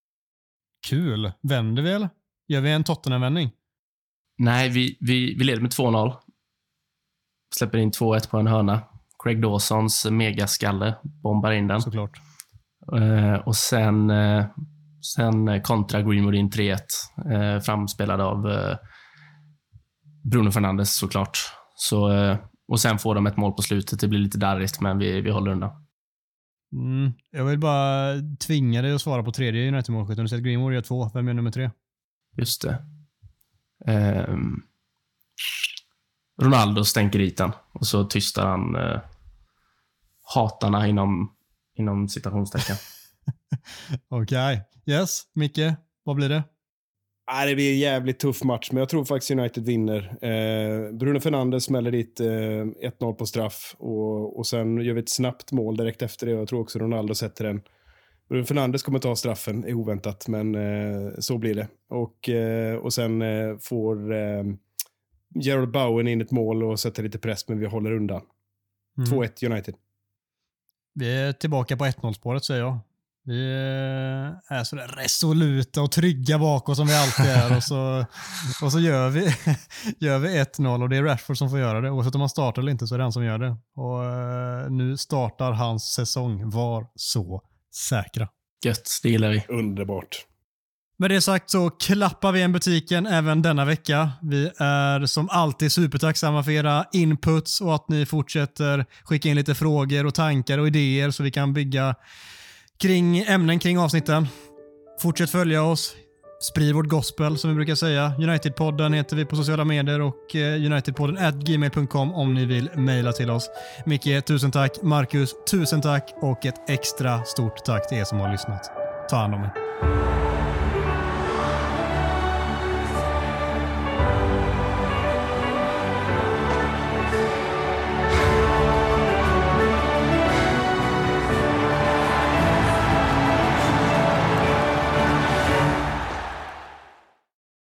Kul. Vänder vi eller? Gör vi en Tottenham-vändning? Nej, vi, vi, vi leder med två noll. Släpper in två ett på en hörna. Craig Dawsons megaskalle bombar in den. Såklart. Uh, och sen, uh, sen kontra Greenwood in tre ett. Uh, framspelad av uh, Bruno Fernandes såklart. Så, uh, och sen får de ett mål på slutet. Det blir lite darrigt, men vi, vi håller undan. Mm, jag vill bara tvinga dig att svara på tredje United-målskytten. Du säger att Greenwood gör två. Vem är nummer tre? Just det. Um, Ronaldo stänker dit den. Och så tystar han uh, hatarna inom, inom citationstecken. Okej. Okay. Yes, Micke, vad blir det? Ah, det blir en jävligt tuff match, men jag tror faktiskt United vinner. Eh, Bruno Fernandes smäller dit eh, ett noll på straff och, och sen gör vi ett snabbt mål direkt efter det. Jag tror också Ronaldo sätter den. Bruno Fernandes kommer ta straffen, är oväntat, men eh, så blir det. Och, eh, och sen eh, får eh, Gerald Bowen in ett mål och sätter lite press, men vi håller undan. Mm. två ett United. Vi är tillbaka på ett noll-spåret, säger jag. Vi är sådär resoluta och trygga bakåt som vi alltid är. Och så, och så gör, vi, gör vi ett noll och det är Rashford som får göra det. Oavsett om han startar eller inte så är det han som gör det. Och uh, nu startar hans säsong. Var så säkra. Gött, det gillar vi. Underbart. Med det sagt så klappar vi en butiken även denna vecka. Vi är som alltid supertacksamma för era inputs och att ni fortsätter skicka in lite frågor och tankar och idéer så vi kan bygga kring ämnen kring avsnitten. Fortsätt följa oss. Sprid vårt gospel som vi brukar säga. Unitedpodden heter vi på sociala medier och unitedpodden at gmail dot com om ni vill mejla till oss. Micke, tusen tack. Marcus, tusen tack. Och ett extra stort tack till er som har lyssnat. Ta hand om er.